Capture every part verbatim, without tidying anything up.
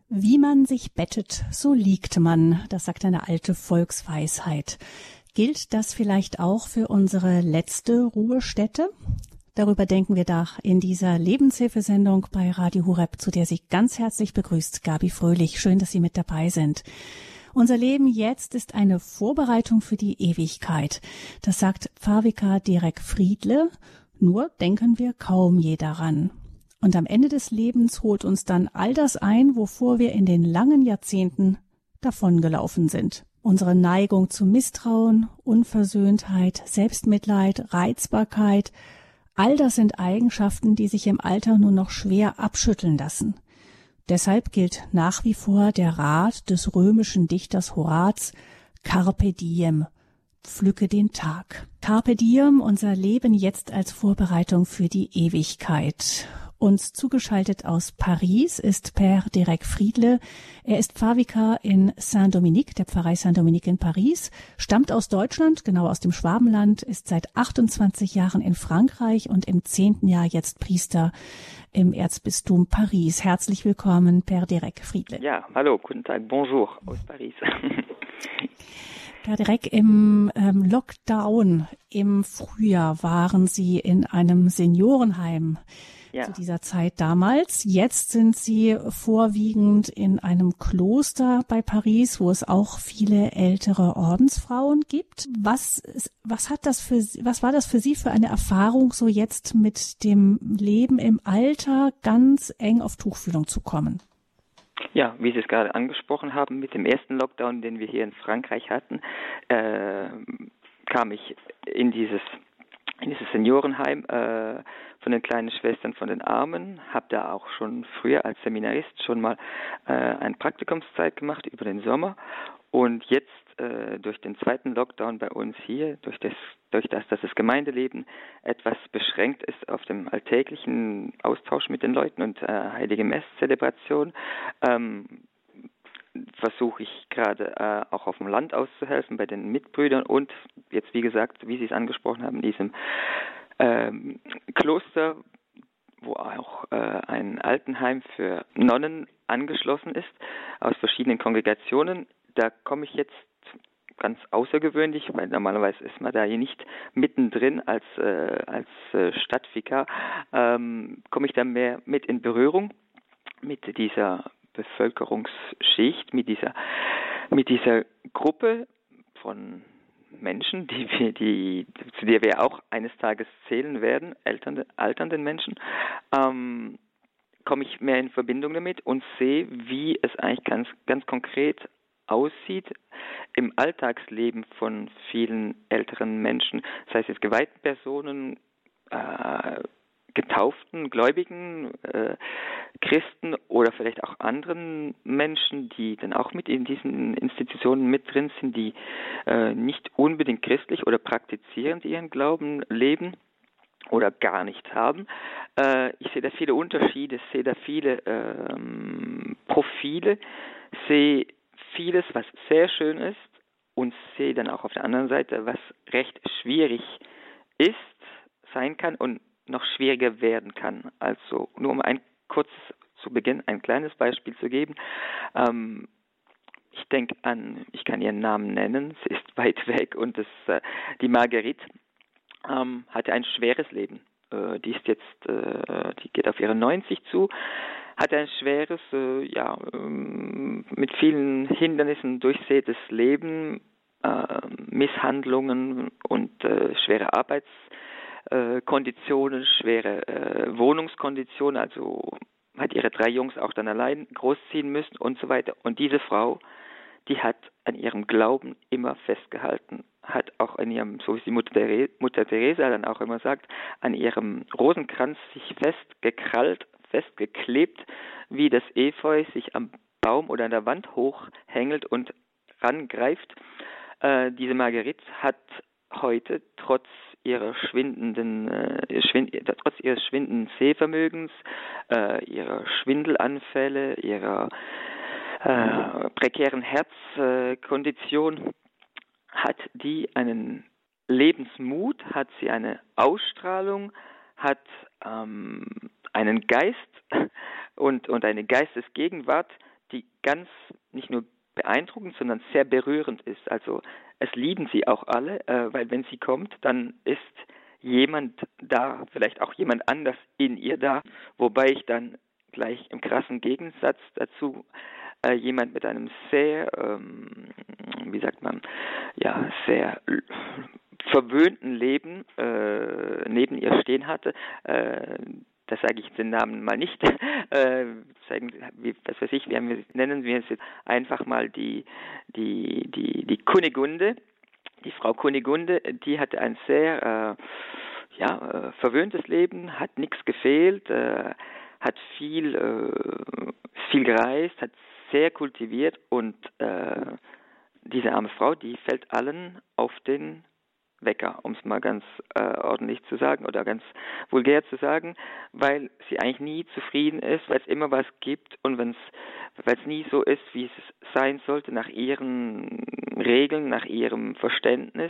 Wie man sich bettet, so liegt man, das sagt eine alte Volksweisheit. Gilt das vielleicht auch für unsere letzte Ruhestätte? Darüber denken wir da in dieser Lebenshilfesendung bei Radio Horeb, zu der Sie ganz herzlich begrüßt, Gabi Fröhlich. Schön, dass Sie mit dabei sind. Unser Leben jetzt ist eine Vorbereitung für die Ewigkeit. Das sagt Pfarrvikar Derek Friedle. Nur denken wir kaum je daran. Und am Ende des Lebens holt uns dann all das ein, wovor wir in den langen Jahrzehnten davongelaufen sind. Unsere Neigung zu Misstrauen, Unversöhntheit, Selbstmitleid, Reizbarkeit, all das sind Eigenschaften, die sich im Alter nur noch schwer abschütteln lassen. Deshalb gilt nach wie vor der Rat des römischen Dichters Horaz, Carpe diem, pflücke den Tag. Carpe diem, unser Leben jetzt als Vorbereitung für die Ewigkeit. Uns zugeschaltet aus Paris ist Père Derek Friedle. Er ist Pfarrvikar in Saint-Dominique, der Pfarrei Saint-Dominique in Paris, stammt aus Deutschland, genau aus dem Schwabenland, ist seit achtundzwanzig Jahren in Frankreich und im zehnten Jahr jetzt Priester im Erzbistum Paris. Herzlich willkommen, Père Derek Friedle. Ja, hallo, guten Tag, bonjour aus Paris. Père Derek, im ähm, Lockdown im Frühjahr waren Sie in einem Seniorenheim. Ja. Zu dieser Zeit damals. Jetzt sind Sie vorwiegend in einem Kloster bei Paris, wo es auch viele ältere Ordensfrauen gibt. Was, was hat das für, was war das für Sie für eine Erfahrung, so jetzt mit dem Leben im Alter ganz eng auf Tuchfühlung zu kommen? Ja, wie Sie es gerade angesprochen haben, mit dem ersten Lockdown, den wir hier in Frankreich hatten, äh, kam ich in dieses in dieses Seniorenheim äh, von den kleinen Schwestern von den Armen, habe da auch schon früher als Seminarist schon mal äh, eine Praktikumszeit gemacht über den Sommer und jetzt äh, durch den zweiten Lockdown bei uns hier, durch das, durch das, dass das Gemeindeleben etwas beschränkt ist auf dem alltäglichen Austausch mit den Leuten und äh, heilige Messzelebration, ähm, versuche ich gerade äh, auch auf dem Land auszuhelfen bei den Mitbrüdern und jetzt, wie gesagt, wie Sie es angesprochen haben, in diesem ähm, Kloster, wo auch äh, ein Altenheim für Nonnen angeschlossen ist, aus verschiedenen Kongregationen. Da komme ich jetzt ganz außergewöhnlich, weil normalerweise ist man da hier nicht mittendrin als, äh, als äh, Stadtvikar, ähm, komme ich da mehr mit in Berührung mit dieser Bevölkerungsschicht, mit dieser, mit dieser Gruppe von Menschen, die wir, die, zu der wir auch eines Tages zählen werden, alternde, alternden Menschen, ähm, komme ich mehr in Verbindung damit und sehe, wie es eigentlich ganz, ganz konkret aussieht im Alltagsleben von vielen älteren Menschen, sei es jetzt geweihten Personen, äh, Getauften, Gläubigen, äh, Christen oder vielleicht auch anderen Menschen, die dann auch mit in diesen Institutionen mit drin sind, die äh, nicht unbedingt christlich oder praktizierend ihren Glauben leben oder gar nicht haben. Äh, ich sehe da viele Unterschiede, sehe da viele ähm, Profile, sehe vieles, was sehr schön ist und sehe dann auch auf der anderen Seite, was recht schwierig ist, sein kann und noch schwieriger werden kann. Also nur um ein kurzes zu Beginn ein kleines Beispiel zu geben. Ähm, ich denke an, ich kann ihren Namen nennen, sie ist weit weg und das, äh, die Marguerite ähm, hatte ein schweres Leben. Äh, die ist jetzt, äh, die geht auf ihre neunzig zu, hat ein schweres, äh, ja, ähm, mit vielen Hindernissen durchsätes Leben, äh, Misshandlungen und äh, schwere Arbeits Konditionen, schwere äh, Wohnungskonditionen, also hat ihre drei Jungs auch dann allein großziehen müssen und so weiter. Und diese Frau, die hat an ihrem Glauben immer festgehalten, hat auch an ihrem, so wie die Mutter, Therese, Mutter Teresa dann auch immer sagt, an ihrem Rosenkranz sich festgekrallt, festgeklebt, wie das Efeu sich am Baum oder an der Wand hochhängelt und rangreift. Äh, diese Marguerite hat heute trotz ihrer schwindenden, äh, schwind, trotz ihres schwindenden Sehvermögens, äh, ihrer Schwindelanfälle, ihrer äh, prekären Herzkondition, äh, hat die einen Lebensmut, hat sie eine Ausstrahlung, hat ähm, einen Geist und, und eine Geistesgegenwart, die ganz nicht nur beeindruckend, sondern sehr berührend ist. Also es lieben sie auch alle, äh, weil wenn sie kommt, dann ist jemand da, vielleicht auch jemand anders in ihr da, wobei ich dann gleich im krassen Gegensatz dazu äh, jemand mit einem sehr, ähm, wie sagt man, ja, sehr verwöhnten Leben äh, neben ihr stehen hatte. Äh, das sage ich den Namen mal nicht. äh, sagen, wie, was weiß ich, wir haben, nennen wir es jetzt einfach mal die, die, die, die Kunigunde. Die Frau Kunigunde, die hatte ein sehr äh, ja, äh, verwöhntes Leben, hat nichts gefehlt, äh, hat viel, äh, viel gereist, hat sehr kultiviert und äh, diese arme Frau, die fällt allen auf den Wecker, um es mal ganz äh, ordentlich zu sagen oder ganz vulgär zu sagen, weil sie eigentlich nie zufrieden ist, weil es immer was gibt und weil es nie so ist, wie es sein sollte, nach ihren Regeln, nach ihrem Verständnis.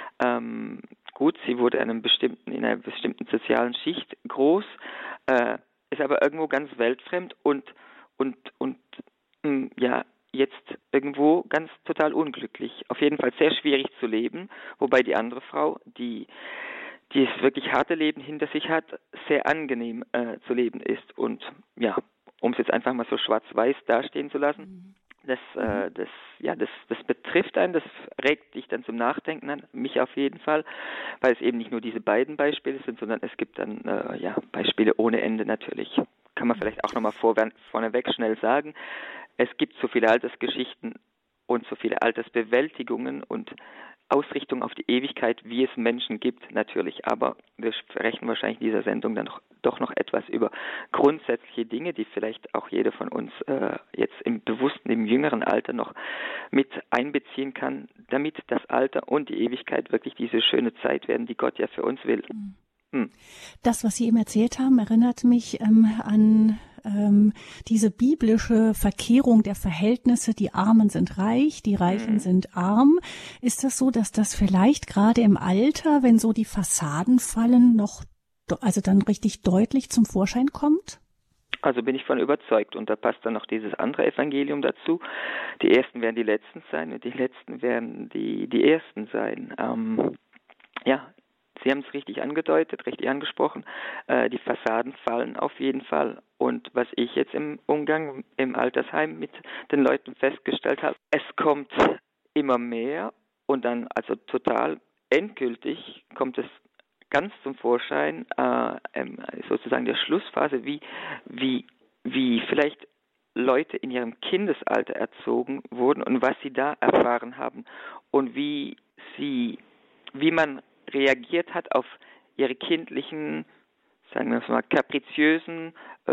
Ähm, gut, sie wurde in, einem bestimmten, in einer bestimmten sozialen Schicht groß, äh, ist aber irgendwo ganz weltfremd und, und, und mh, ja, jetzt irgendwo ganz total unglücklich. Auf jeden Fall sehr schwierig zu leben, wobei die andere Frau, die, die das wirklich harte Leben hinter sich hat, sehr angenehm äh, zu leben ist. Und ja, um es jetzt einfach mal so schwarz-weiß dastehen zu lassen, das, äh, das, ja, das, das betrifft einen, das regt dich dann zum Nachdenken an, mich auf jeden Fall, weil es eben nicht nur diese beiden Beispiele sind, sondern es gibt dann äh, ja, Beispiele ohne Ende natürlich. Kann man vielleicht auch nochmal vor, vorneweg schnell sagen. Es gibt so viele Altersgeschichten und so viele Altersbewältigungen und Ausrichtung auf die Ewigkeit, wie es Menschen gibt, natürlich. Aber wir sprechen wahrscheinlich in dieser Sendung dann doch, doch noch etwas über grundsätzliche Dinge, die vielleicht auch jeder von uns äh, jetzt im bewussten, im jüngeren Alter noch mit einbeziehen kann, damit das Alter und die Ewigkeit wirklich diese schöne Zeit werden, die Gott ja für uns will. Hm. Das, was Sie eben erzählt haben, erinnert mich ähm, an ähm, diese biblische Verkehrung der Verhältnisse. Die Armen sind reich, die Reichen mhm. sind arm. Ist das so, dass das vielleicht gerade im Alter, wenn so die Fassaden fallen, noch, also dann richtig deutlich zum Vorschein kommt? Also bin ich von überzeugt. Und da passt dann noch dieses andere Evangelium dazu. Die Ersten werden die Letzten sein und die Letzten werden die, die Ersten sein. Ähm, ja, Sie haben es richtig angedeutet, richtig angesprochen. Äh, die Fassaden fallen auf jeden Fall. Und was ich jetzt im Umgang im Altersheim mit den Leuten festgestellt habe, es kommt immer mehr und dann also total endgültig kommt es ganz zum Vorschein, äh, sozusagen der Schlussphase, wie, wie, wie vielleicht Leute in ihrem Kindesalter erzogen wurden und was sie da erfahren haben und wie sie, wie man reagiert hat auf ihre kindlichen, sagen wir es mal, kapriziösen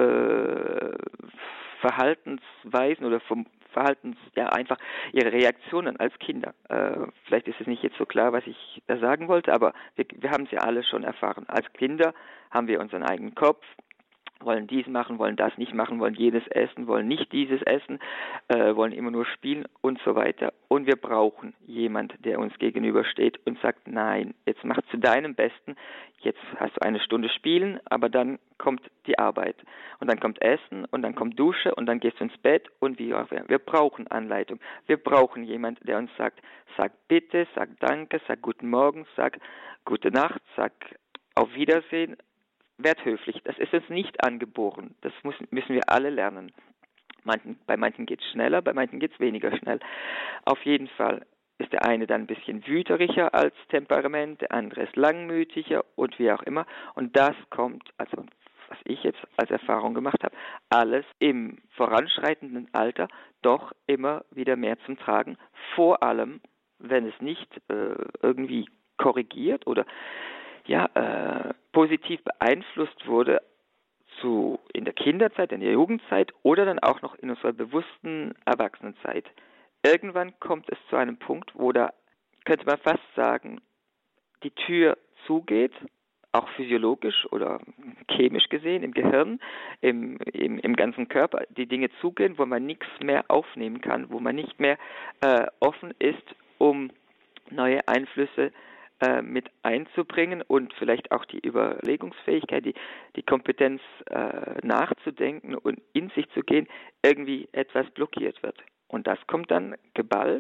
äh, Verhaltensweisen oder vom Verhaltens, ja einfach ihre Reaktionen als Kinder. Äh, vielleicht ist es nicht jetzt so klar, was ich da sagen wollte, aber wir, wir haben es ja alle schon erfahren. Als Kinder haben wir unseren eigenen Kopf, wollen dies machen, wollen das nicht machen, wollen jedes essen, wollen nicht dieses essen, äh, wollen immer nur spielen und so weiter. Und wir brauchen jemand, der uns gegenübersteht und sagt, nein, jetzt mach zu deinem Besten, jetzt hast du eine Stunde spielen, aber dann kommt die Arbeit. Und dann kommt Essen und dann kommt Dusche und dann gehst du ins Bett und wie auch immer. Wir brauchen Anleitung. Wir brauchen jemand, der uns sagt, sag bitte, sag danke, sag guten Morgen, sag gute Nacht, sag auf Wiedersehen. Werd höflich, das ist uns nicht angeboren, das muss, müssen wir alle lernen. Manchen, bei manchen geht es schneller, bei manchen geht es weniger schnell. Auf jeden Fall ist der eine dann ein bisschen wüteriger als Temperament, der andere ist langmütiger und wie auch immer. Und das kommt, also was ich jetzt als Erfahrung gemacht habe, alles im voranschreitenden Alter doch immer wieder mehr zum Tragen, vor allem, wenn es nicht äh, irgendwie korrigiert oder ja, äh, positiv beeinflusst wurde zu, in der Kinderzeit, in der Jugendzeit oder dann auch noch in unserer bewussten Erwachsenenzeit. Irgendwann kommt es zu einem Punkt, wo da, könnte man fast sagen, die Tür zugeht, auch physiologisch oder chemisch gesehen im Gehirn, im, im, im ganzen Körper, die Dinge zugehen, wo man nichts mehr aufnehmen kann, wo man nicht mehr äh, offen ist, um neue Einflüsse äh, mit einzubringen und vielleicht auch die Überlegungsfähigkeit, die, die Kompetenz äh, nachzudenken und in sich zu gehen, irgendwie etwas blockiert wird. Und das kommt dann geballt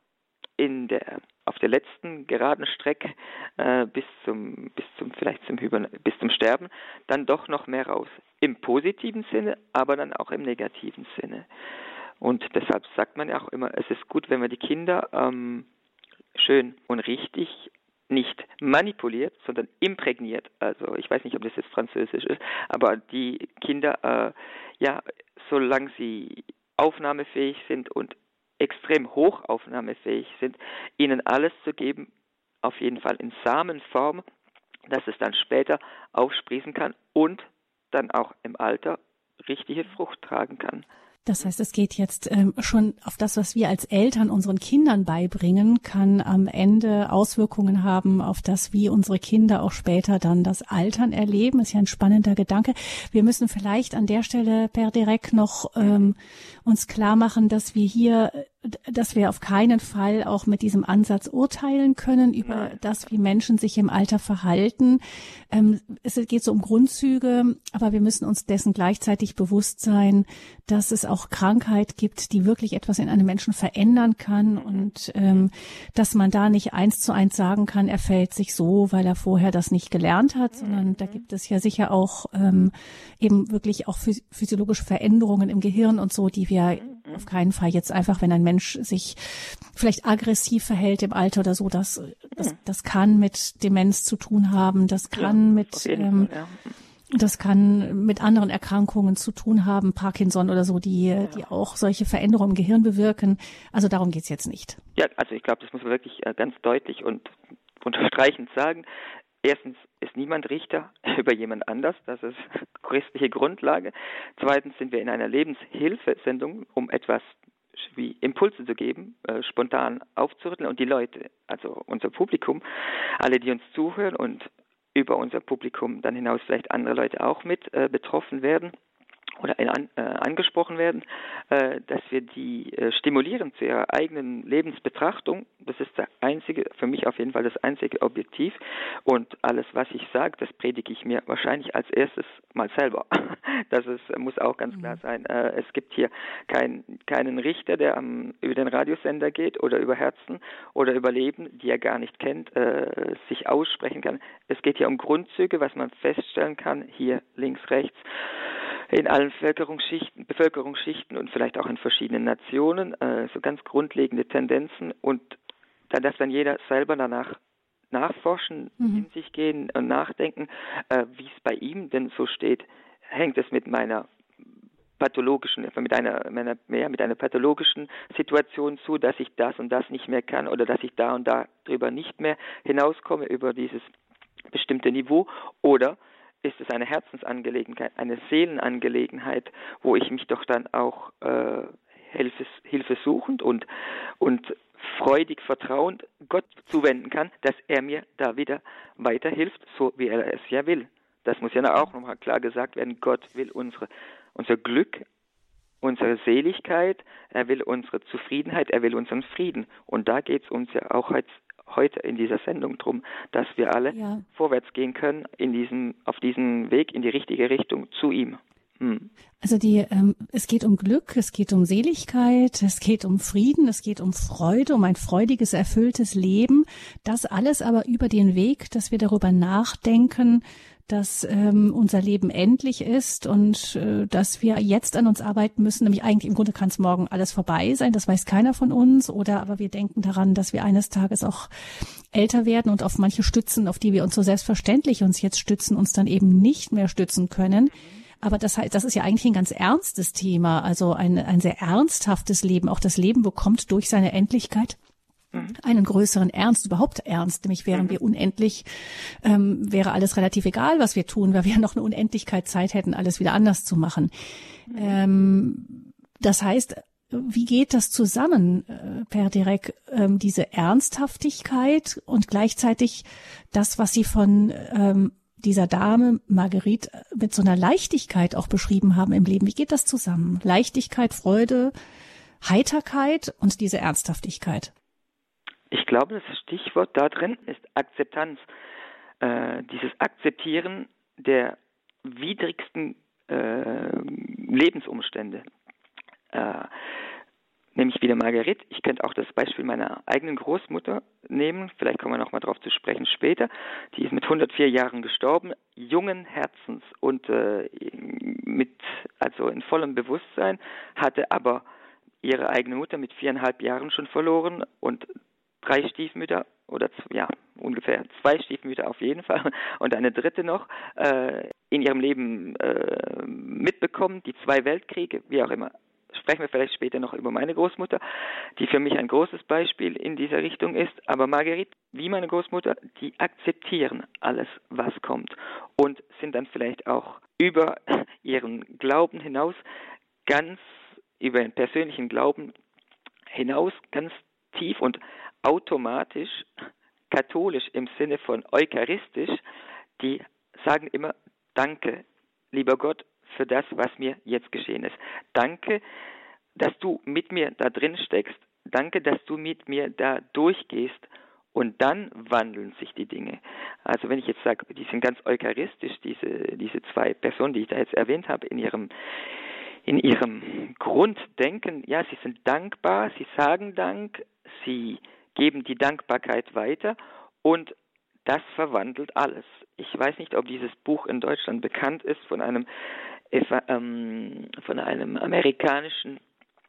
in der auf der letzten geraden Strecke äh, bis zum bis zum vielleicht zum Hibern, bis zum Sterben dann doch noch mehr raus. Im positiven Sinne, aber dann auch im negativen Sinne. Und deshalb sagt man ja auch immer, es ist gut, wenn man die Kinder ähm, schön und richtig nicht manipuliert, sondern imprägniert. Also ich weiß nicht, ob das jetzt Französisch ist, aber die Kinder, äh, ja, solange sie aufnahmefähig sind und extrem hoch aufnahmefähig sind, ihnen alles zu geben, auf jeden Fall in Samenform, dass es dann später aufsprießen kann und dann auch im Alter richtige Frucht tragen kann. Das heißt, es geht jetzt ähm, schon auf das, was wir als Eltern unseren Kindern beibringen, kann am Ende Auswirkungen haben auf das, wie unsere Kinder auch später dann das Altern erleben. Ist ja ein spannender Gedanke. Wir müssen vielleicht an der Stelle, Per Direk, noch ähm, uns klar machen, dass wir hier, dass wir auf keinen Fall auch mit diesem Ansatz urteilen können über Nein. das, wie Menschen sich im Alter verhalten. Ähm, es geht so um Grundzüge, aber wir müssen uns dessen gleichzeitig bewusst sein, dass es auch Krankheit gibt, die wirklich etwas in einem Menschen verändern kann und ähm, dass man da nicht eins zu eins sagen kann, er verhält sich so, weil er vorher das nicht gelernt hat, sondern da gibt es ja sicher auch ähm, eben wirklich auch phys- physiologische Veränderungen im Gehirn und so, die wir auf keinen Fall jetzt einfach, wenn ein Mensch sich vielleicht aggressiv verhält im Alter oder so, das, das, das kann mit Demenz zu tun haben, das kann ja, mit, ähm, Fall, ja. das kann mit anderen Erkrankungen zu tun haben, Parkinson oder so, die, ja. die auch solche Veränderungen im Gehirn bewirken. Also darum geht's jetzt nicht. Ja, also ich glaube, das muss man wirklich ganz deutlich und unterstreichend sagen. Erstens ist niemand Richter über jemand anders, das ist christliche Grundlage. Zweitens sind wir in einer Lebenshilfesendung, um etwas wie Impulse zu geben, äh, spontan aufzurütteln und die Leute, also unser Publikum, alle, die uns zuhören und über unser Publikum dann hinaus vielleicht andere Leute auch mit äh, betroffen werden oder in, äh, angesprochen werden, äh, dass wir die äh, stimulieren zu ihrer eigenen Lebensbetrachtung. Das ist der einzige, für mich auf jeden Fall das einzige Objektiv. Und alles, was ich sage, das predige ich mir wahrscheinlich als erstes mal selber. Das ist, muss auch ganz klar sein. Äh, es gibt hier kein, keinen Richter, der am, über den Radiosender geht oder über Herzen oder über Leben, die er gar nicht kennt, äh, sich aussprechen kann. Es geht hier um Grundzüge, was man feststellen kann, hier links, rechts, in allen Bevölkerungsschichten, Bevölkerungsschichten und vielleicht auch in verschiedenen Nationen, äh, so ganz grundlegende Tendenzen. Und da darf dann jeder selber danach nachforschen, mhm. in sich gehen und nachdenken, äh, wie es bei ihm denn so steht. Hängt es mit meiner pathologischen, mit einer, meiner, mehr mit einer pathologischen Situation zu, dass ich das und das nicht mehr kann oder dass ich da und da drüber nicht mehr hinauskomme über dieses bestimmte Niveau, oder ist es eine Herzensangelegenheit, eine Seelenangelegenheit, wo ich mich doch dann auch äh, Hilfe, hilfesuchend und, und freudig vertrauend Gott zuwenden kann, dass er mir da wieder weiterhilft, so wie er es ja will. Das muss ja auch nochmal klar gesagt werden. Gott will unsere, unser Glück, unsere Seligkeit, er will unsere Zufriedenheit, er will unseren Frieden. Und da geht es uns ja auch heute heute in dieser Sendung drum, dass wir alle ja. vorwärts gehen können in diesem, auf diesem Weg in die richtige Richtung zu ihm. Hm. Also die, ähm, es geht um Glück, es geht um Seligkeit, es geht um Frieden, es geht um Freude, um ein freudiges, erfülltes Leben. Das alles aber über den Weg, dass wir darüber nachdenken, dass ähm, unser Leben endlich ist und äh, dass wir jetzt an uns arbeiten müssen. Nämlich eigentlich im Grunde kann es morgen alles vorbei sein, das weiß keiner von uns. Oder aber wir denken daran, dass wir eines Tages auch älter werden und auf manche Stützen, auf die wir uns so selbstverständlich uns jetzt stützen, uns dann eben nicht mehr stützen können. Aber das heißt, das ist ja eigentlich ein ganz ernstes Thema, also ein, ein sehr ernsthaftes Leben. Auch das Leben bekommt durch seine Endlichkeit einen größeren Ernst, überhaupt ernst, nämlich wären mhm. wir unendlich, ähm, wäre alles relativ egal, was wir tun, weil wir noch eine Unendlichkeit Zeit hätten, alles wieder anders zu machen. Mhm. Ähm, das heißt, wie geht das zusammen, äh, Per Direk, ähm, diese Ernsthaftigkeit und gleichzeitig das, was Sie von ähm, dieser Dame Marguerite mit so einer Leichtigkeit auch beschrieben haben im Leben? Wie geht das zusammen? Leichtigkeit, Freude, Heiterkeit und diese Ernsthaftigkeit. Ich glaube, das Stichwort da drin ist Akzeptanz. Äh, dieses Akzeptieren der widrigsten äh, Lebensumstände. Äh, nämlich wieder Marguerite. Ich könnte auch das Beispiel meiner eigenen Großmutter nehmen. Vielleicht kommen wir noch mal darauf zu sprechen später. Die ist mit hundertvier Jahren gestorben, jungen Herzens und äh, mit, also in vollem Bewusstsein, hatte aber ihre eigene Mutter mit viereinhalb Jahren schon verloren und drei Stiefmütter oder ja, ungefähr zwei Stiefmütter auf jeden Fall und eine dritte noch äh, in ihrem Leben äh, mitbekommen, die zwei Weltkriege, wie auch immer. Sprechen wir vielleicht später noch über meine Großmutter, die für mich ein großes Beispiel in dieser Richtung ist. Aber Marguerite, wie meine Großmutter, die akzeptieren alles, was kommt und sind dann vielleicht auch über ihren Glauben hinaus, ganz über den persönlichen Glauben hinaus, ganz tief und automatisch katholisch im Sinne von eucharistisch, die sagen immer, danke, lieber Gott, für das, was mir jetzt geschehen ist. Danke, dass du mit mir da drin steckst. Danke, dass du mit mir da durchgehst. Und dann wandeln sich die Dinge. Also wenn ich jetzt sage, die sind ganz eucharistisch, diese, diese zwei Personen, die ich da jetzt erwähnt habe, in ihrem, in ihrem Grunddenken, ja, sie sind dankbar, sie sagen Dank, sie geben die Dankbarkeit weiter und das verwandelt alles. Ich weiß nicht, ob dieses Buch in Deutschland bekannt ist von einem von einem amerikanischen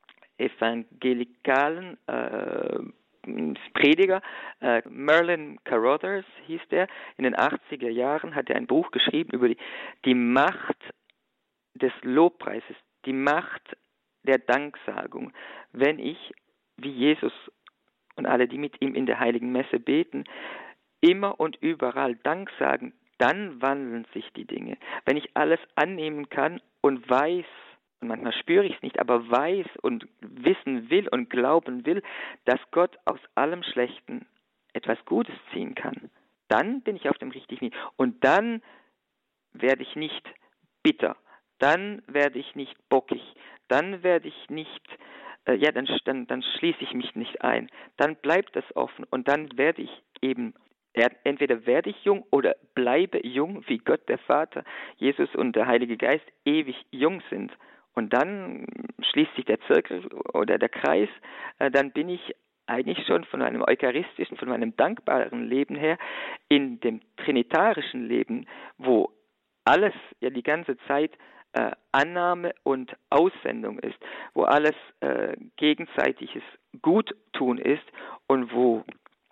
evangelikalen äh, Prediger, äh, Merlin Carothers hieß der. In den achtziger Jahren hat er ein Buch geschrieben über die, die Macht des Lobpreises, die Macht der Danksagung. Wenn ich, wie Jesus und alle, die mit ihm in der Heiligen Messe beten, immer und überall Dank sagen, dann wandeln sich die Dinge. Wenn ich alles annehmen kann und weiß, und manchmal spüre ich es nicht, aber weiß und wissen will und glauben will, dass Gott aus allem Schlechten etwas Gutes ziehen kann, dann bin ich auf dem richtigen Weg. Und dann werde ich nicht bitter, dann werde ich nicht bockig, dann werde ich nicht, äh, ja, dann, dann, dann schließe ich mich nicht ein, dann bleibt das offen und dann werde ich eben entweder werde ich jung oder bleibe jung, wie Gott der Vater, Jesus und der Heilige Geist ewig jung sind. Und dann schließt sich der Zirkel oder der Kreis, dann bin ich eigentlich schon von einem eucharistischen, von meinem dankbaren Leben her in dem trinitarischen Leben, wo alles ja die ganze Zeit äh, Annahme und Aussendung ist, wo alles äh, gegenseitiges Guttun ist und wo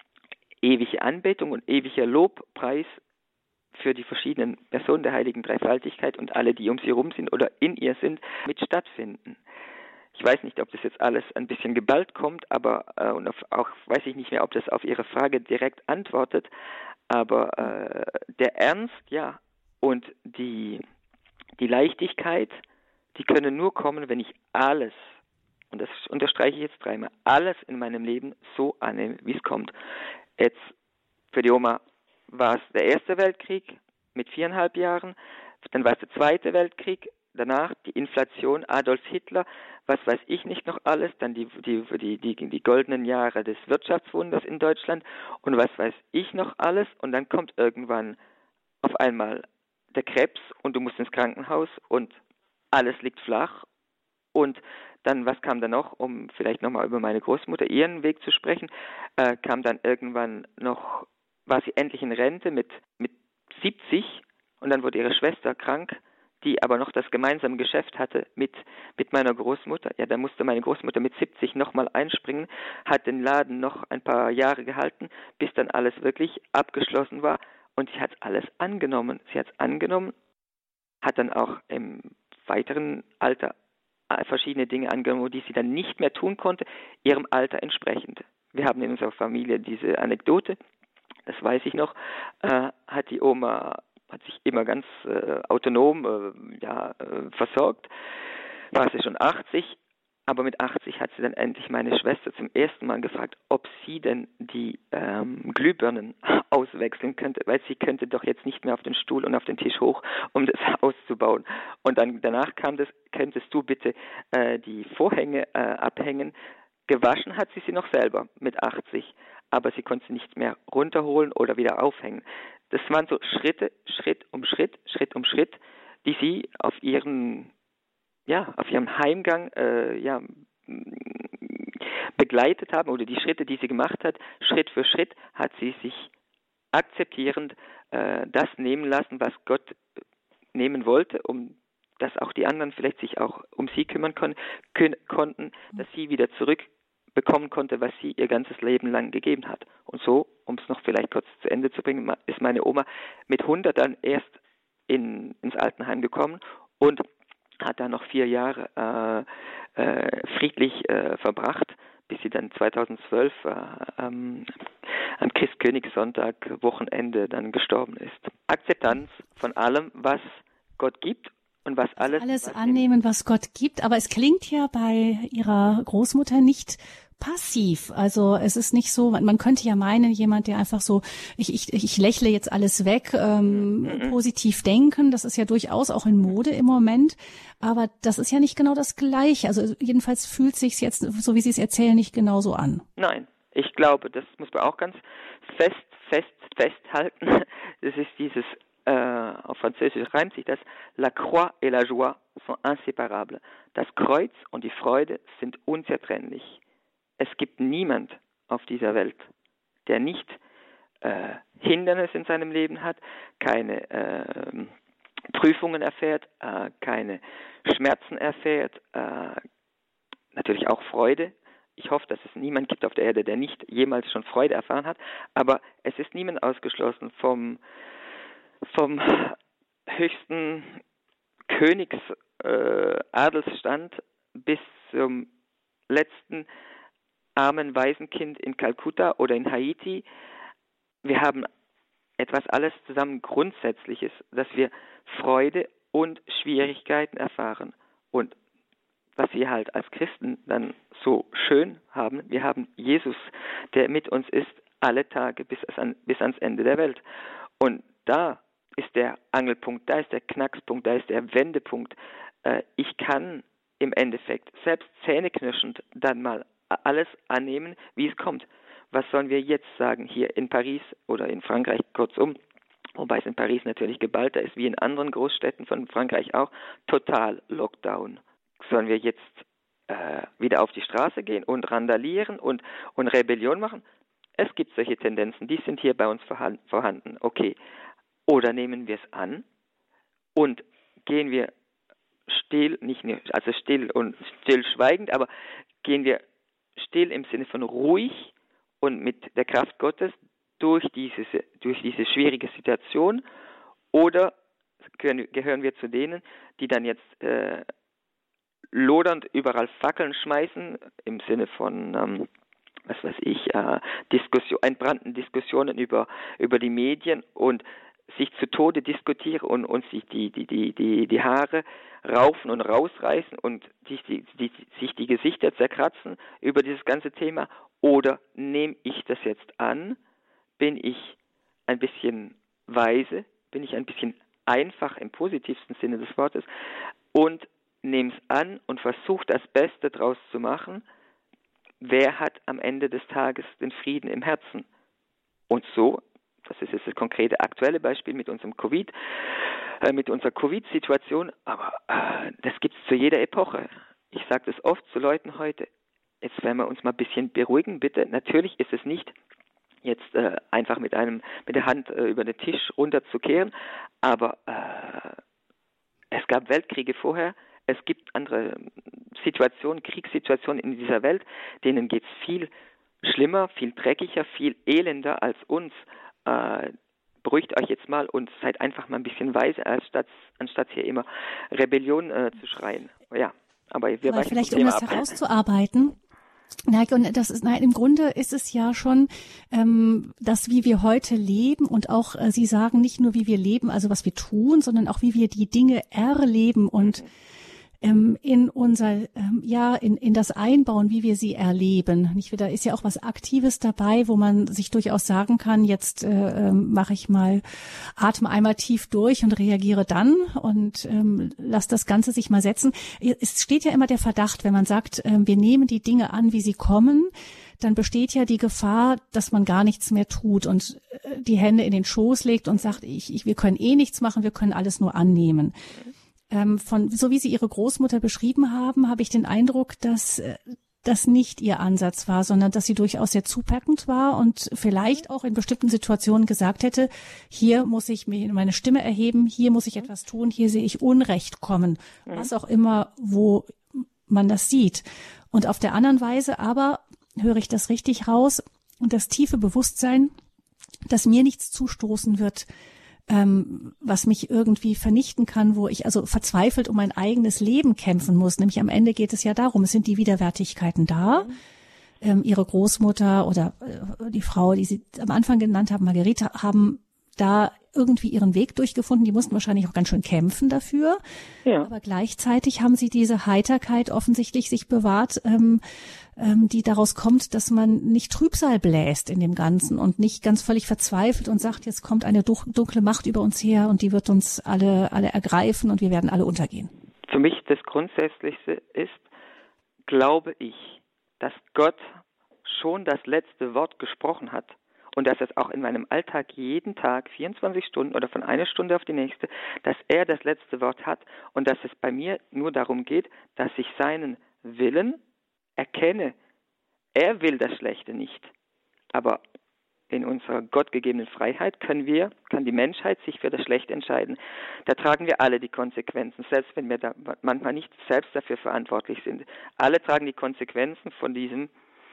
ewige Anbetung und ewiger Lobpreis für die verschiedenen Personen der heiligen Dreifaltigkeit und alle, die um sie herum sind oder in ihr sind, mit stattfinden. Ich weiß nicht, ob das jetzt alles ein bisschen geballt kommt, aber äh, und auf, auch weiß ich nicht mehr, ob das auf Ihre Frage direkt antwortet, aber äh, der Ernst, ja, und die, die Leichtigkeit, die können nur kommen, wenn ich alles, und das unterstreiche ich jetzt dreimal, alles in meinem Leben so annehme, wie es kommt. Jetzt für die Oma war es der Erste Weltkrieg mit viereinhalb Jahren, dann war es der Zweite Weltkrieg, danach die Inflation, Adolf Hitler, was weiß ich nicht noch alles, dann die, die, die, die, die goldenen Jahre des Wirtschaftswunders in Deutschland und was weiß ich noch alles und dann kommt irgendwann auf einmal der Krebs und du musst ins Krankenhaus und alles liegt flach und dann, was kam dann noch, um vielleicht nochmal über meine Großmutter, ihren Weg zu sprechen, äh, kam dann irgendwann noch, war sie endlich in Rente mit, mit siebzig und dann wurde ihre Schwester krank, die aber noch das gemeinsame Geschäft hatte mit, mit meiner Großmutter. Ja, da musste meine Großmutter mit siebzig nochmal einspringen, hat den Laden noch ein paar Jahre gehalten, bis dann alles wirklich abgeschlossen war und sie hat alles angenommen. Sie hat es angenommen, hat dann auch im weiteren Alter verschiedene Dinge angenommen, die sie dann nicht mehr tun konnte, ihrem Alter entsprechend. Wir haben in unserer Familie diese Anekdote, das weiß ich noch, äh, hat die Oma, hat sich immer ganz äh, autonom äh, ja, äh, versorgt, war sie schon achtzig, aber mit achtzig hat sie dann endlich meine Schwester zum ersten Mal gefragt, ob sie denn die ähm, Glühbirnen auswechseln könnte, weil sie könnte doch jetzt nicht mehr auf den Stuhl und auf den Tisch hoch, um das auszubauen. Und dann danach kam das, könntest du bitte äh, die Vorhänge äh, abhängen. Gewaschen hat sie sie noch selber mit achtzig, aber sie konnte sie nicht mehr runterholen oder wieder aufhängen. Das waren so Schritte, Schritt um Schritt, Schritt um Schritt, die sie auf ihren, ja, auf ihrem Heimgang, äh, ja, begleitet haben, oder die Schritte, die sie gemacht hat. Schritt für Schritt hat sie sich akzeptierend äh, das nehmen lassen, was Gott nehmen wollte, um dass auch die anderen vielleicht sich auch um sie kümmern kon- können, konnten, dass sie wieder zurückbekommen konnte, was sie ihr ganzes Leben lang gegeben hat. Und so, um es noch vielleicht kurz zu Ende zu bringen, ist meine Oma mit hundert dann erst in, ins Altenheim gekommen und hat da noch vier Jahre äh, äh, friedlich äh, verbracht, bis sie dann zweitausendzwölf äh, ähm, am Christkönigssonntag Wochenende dann gestorben ist. Akzeptanz von allem, was Gott gibt und was alles... Alles was annehmen, was Gott gibt, aber es klingt ja bei Ihrer Großmutter nicht passiv. Also es ist nicht so, man, man könnte ja meinen, jemand, der einfach so, ich, ich, ich lächle jetzt alles weg, ähm, mhm. positiv denken, das ist ja durchaus auch in Mode im Moment, aber das ist ja nicht genau das Gleiche. Also jedenfalls fühlt sich's jetzt, so wie Sie es erzählen, nicht genauso an. Nein, ich glaube, das muss man auch ganz fest, fest, festhalten. Das ist dieses, äh, auf Französisch reimt sich das, la croix et la joie sont inséparables. Das Kreuz und die Freude sind unzertrennlich. Es gibt niemand auf dieser Welt, der nicht äh, Hindernisse in seinem Leben hat, keine äh, Prüfungen erfährt, äh, keine Schmerzen erfährt, äh, natürlich auch Freude. Ich hoffe, dass es niemand gibt auf der Erde, der nicht jemals schon Freude erfahren hat, aber es ist niemand ausgeschlossen vom, vom höchsten Königsadelsstand äh, bis zum letzten armen Waisenkind in Kalkutta oder in Haiti. Wir haben etwas alles zusammen Grundsätzliches, dass wir Freude und Schwierigkeiten erfahren. Und was wir halt als Christen dann so schön haben, wir haben Jesus, der mit uns ist, alle Tage bis, an, bis ans Ende der Welt. Und da ist der Angelpunkt, da ist der Knackspunkt, da ist der Wendepunkt. Äh, ich kann im Endeffekt selbst zähneknirschend dann mal alles annehmen, wie es kommt. Was sollen wir jetzt sagen hier in Paris oder in Frankreich kurzum, wobei es in Paris natürlich geballter ist, wie in anderen Großstädten von Frankreich auch, total Lockdown. Sollen wir jetzt äh, wieder auf die Straße gehen und randalieren und, und Rebellion machen? Es gibt solche Tendenzen, die sind hier bei uns vorhanden. Okay. Oder nehmen wir es an und gehen wir still, nicht nur, also still und stillschweigend, aber gehen wir still im Sinne von ruhig und mit der Kraft Gottes durch diese, durch diese schwierige Situation, oder können, gehören wir zu denen, die dann jetzt äh, lodernd überall Fackeln schmeißen, im Sinne von, ähm, was weiß ich, äh, Diskussion, entbrannten Diskussionen über, über die Medien und sich zu Tode diskutieren und, und sich die, die, die, die, die Haare raufen und rausreißen und die, die, die, sich die Gesichter zerkratzen über dieses ganze Thema? Oder nehme ich das jetzt an? Bin ich ein bisschen weise? Bin ich ein bisschen einfach im positivsten Sinne des Wortes? Und nehme es an und versuche das Beste draus zu machen? Wer hat am Ende des Tages den Frieden im Herzen? Und so, das ist jetzt das konkrete aktuelle Beispiel mit unserem Covid, äh, mit unserer Covid-Situation, aber äh, das gibt es zu jeder Epoche. Ich sage das oft zu Leuten heute, jetzt werden wir uns mal ein bisschen beruhigen, bitte. Natürlich ist es nicht jetzt äh, einfach mit einem mit der Hand äh, über den Tisch runterzukehren, aber äh, es gab Weltkriege vorher, es gibt andere Situationen, Kriegssituationen in dieser Welt, denen geht es viel schlimmer, viel dreckiger, viel elender als uns. Äh, beruhigt euch jetzt mal und seid einfach mal ein bisschen weise, anstatt, anstatt hier immer Rebellion äh, zu schreien. Ja, aber wir aber vielleicht um das ab. herauszuarbeiten. Na, und das ist, nein, im Grunde ist es ja schon, ähm, das, wie wir heute leben und auch, äh, Sie sagen nicht nur, wie wir leben, also was wir tun, sondern auch, wie wir die Dinge erleben und mhm. ähm, in unser, ähm, ja, in, in das einbauen, wie wir sie erleben. Nicht, da ist ja auch was Aktives dabei, wo man sich durchaus sagen kann, jetzt äh, ähm, mache ich mal, atme einmal tief durch und reagiere dann und ähm, lass das Ganze sich mal setzen. Es steht ja immer der Verdacht, wenn man sagt, äh, wir nehmen die Dinge an, wie sie kommen, dann besteht ja die Gefahr, dass man gar nichts mehr tut und die Hände in den Schoß legt und sagt, ich, ich, wir können eh nichts machen, wir können alles nur annehmen. Ähm, von, so wie Sie Ihre Großmutter beschrieben haben, habe ich den Eindruck, dass das nicht Ihr Ansatz war, sondern dass sie durchaus sehr zupackend war und vielleicht auch in bestimmten Situationen gesagt hätte, hier muss ich mir meine Stimme erheben, hier muss ich etwas tun, hier sehe ich Unrecht kommen, was auch immer, wo man das sieht. Und auf der anderen Weise aber, höre ich das richtig raus, und das tiefe Bewusstsein, dass mir nichts zustoßen wird, ähm, was mich irgendwie vernichten kann, wo ich also verzweifelt um mein eigenes Leben kämpfen muss. Nämlich am Ende geht es ja darum, es sind die Widerwärtigkeiten da. Mhm. Ähm, ihre Großmutter oder äh, die Frau, die Sie am Anfang genannt haben, Margarete, haben da irgendwie ihren Weg durchgefunden. Die mussten wahrscheinlich auch ganz schön kämpfen dafür. Ja. Aber gleichzeitig haben sie diese Heiterkeit offensichtlich sich bewahrt, ähm, ähm, die daraus kommt, dass man nicht Trübsal bläst in dem Ganzen und nicht ganz völlig verzweifelt und sagt, jetzt kommt eine dunkle Macht über uns her und die wird uns alle, alle ergreifen und wir werden alle untergehen. Für mich das Grundsätzlichste ist, glaube ich, dass Gott schon das letzte Wort gesprochen hat. Und dass es auch in meinem Alltag jeden Tag, vierundzwanzig Stunden oder von einer Stunde auf die nächste, dass er das letzte Wort hat und dass es bei mir nur darum geht, dass ich seinen Willen erkenne. Er will das Schlechte nicht. Aber in unserer gottgegebenen Freiheit können wir, kann die Menschheit sich für das Schlechte entscheiden. Da tragen wir alle die Konsequenzen, selbst wenn wir da manchmal nicht selbst dafür verantwortlich sind. Alle tragen die Konsequenzen von diesem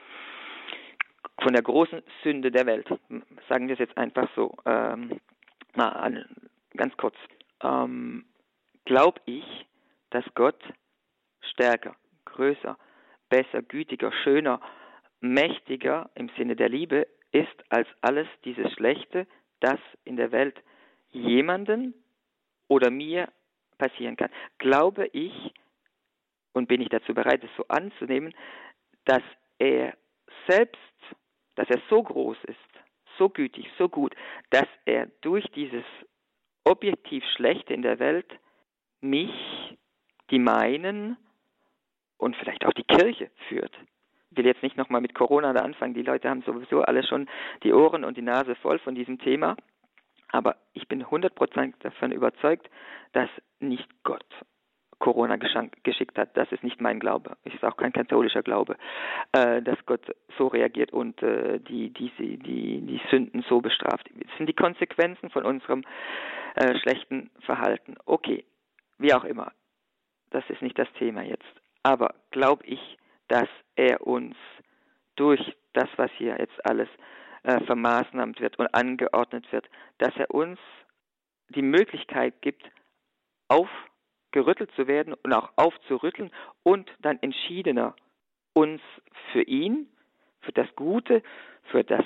von der großen Sünde der Welt. Sagen wir es jetzt einfach so, ähm, mal ganz kurz. Ähm, Glaube ich, dass Gott stärker, größer, besser, gütiger, schöner, mächtiger im Sinne der Liebe ist als alles dieses Schlechte, das in der Welt jemanden oder mir passieren kann. Glaube ich, und bin ich dazu bereit, es so anzunehmen, dass er selbst, dass er so groß ist, so gütig, so gut, dass er durch dieses objektiv Schlechte in der Welt mich, die meinen und vielleicht auch die Kirche führt. Ich will jetzt nicht nochmal mit Corona da anfangen, die Leute haben sowieso alle schon die Ohren und die Nase voll von diesem Thema, aber ich bin hundert Prozent davon überzeugt, dass nicht Gott Corona geschickt hat. Das ist nicht mein Glaube. Es ist auch kein katholischer Glaube, äh, dass Gott so reagiert und äh, die, die, die, die Sünden so bestraft. Das sind die Konsequenzen von unserem äh, schlechten Verhalten. Okay, wie auch immer. Das ist nicht das Thema jetzt. Aber glaube ich, dass er uns durch das, was hier jetzt alles äh, vermaßnahmen wird und angeordnet wird, dass er uns die Möglichkeit gibt, auf gerüttelt zu werden und auch aufzurütteln und dann entschiedener uns für ihn, für das Gute, für das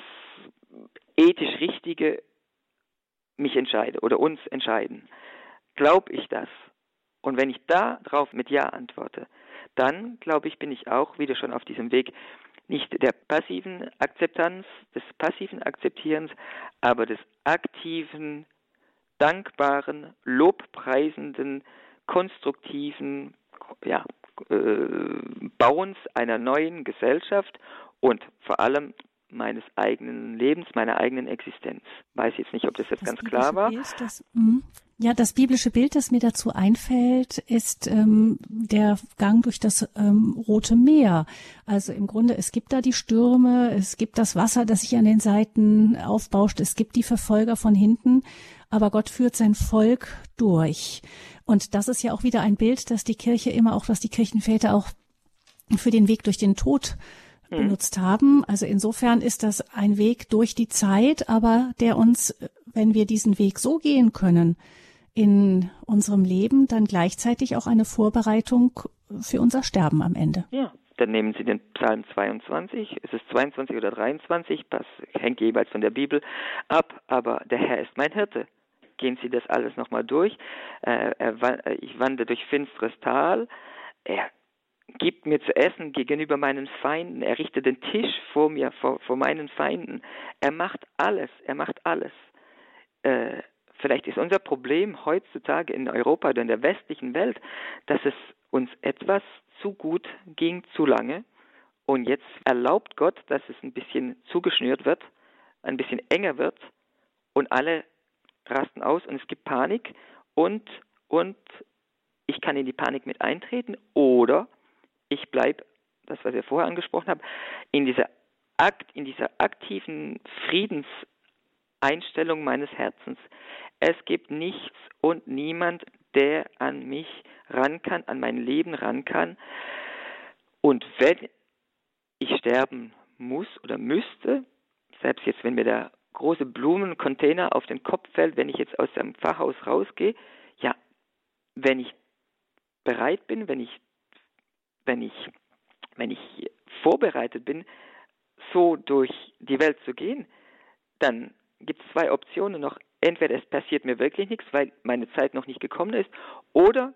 ethisch Richtige mich entscheide oder uns entscheiden. Glaube ich das? Und wenn ich darauf mit Ja antworte, dann, glaube ich, bin ich auch wieder schon auf diesem Weg nicht der passiven Akzeptanz, des passiven Akzeptierens, aber des aktiven, dankbaren, lobpreisenden, konstruktiven ja, äh, Bauens einer neuen Gesellschaft und vor allem meines eigenen Lebens, meiner eigenen Existenz. Weiß jetzt nicht, ob das jetzt das ganz klar war. Bild, das, ja, das biblische Bild, das mir dazu einfällt, ist ähm, der Gang durch das ähm, Rote Meer. Also im Grunde, es gibt da die Stürme, es gibt das Wasser, das sich an den Seiten aufbauscht, es gibt die Verfolger von hinten, aber Gott führt sein Volk durch. Und das ist ja auch wieder ein Bild, das die Kirche immer auch, was die Kirchenväter auch für den Weg durch den Tod benutzt haben. Also insofern ist das ein Weg durch die Zeit, aber der uns, wenn wir diesen Weg so gehen können in unserem Leben, dann gleichzeitig auch eine Vorbereitung für unser Sterben am Ende. Ja, dann nehmen Sie den Psalm zweiundzwanzig, es ist zweiundzwanzig oder dreiundzwanzig, das hängt jeweils von der Bibel ab, aber der Herr ist mein Hirte. Gehen Sie das alles nochmal durch. Äh, er, ich wandere durch finsteres Tal. Er gibt mir zu essen gegenüber meinen Feinden. Er richtet den Tisch vor mir, vor, vor meinen Feinden. Er macht alles. Er macht alles. Äh, vielleicht ist unser Problem heutzutage in Europa oder in der westlichen Welt, dass es uns etwas zu gut ging, zu lange Und jetzt erlaubt Gott, dass es ein bisschen zugeschnürt wird, ein bisschen enger wird und alle rasten aus und es gibt Panik und, und ich kann in die Panik mit eintreten oder ich bleibe, das was wir vorher angesprochen haben, in dieser, Akt, in dieser aktiven Friedenseinstellung meines Herzens. Es gibt nichts und niemand, der an mich ran kann, an mein Leben ran kann. Und wenn ich sterben muss oder müsste, selbst jetzt, wenn mir der große Blumencontainer auf den Kopf fällt, wenn ich jetzt aus dem Pfarrhaus rausgehe, ja, wenn ich bereit bin, wenn ich, wenn ich, wenn ich vorbereitet bin, so durch die Welt zu gehen, dann gibt es zwei Optionen noch. Entweder es passiert mir wirklich nichts, weil meine Zeit noch nicht gekommen ist, oder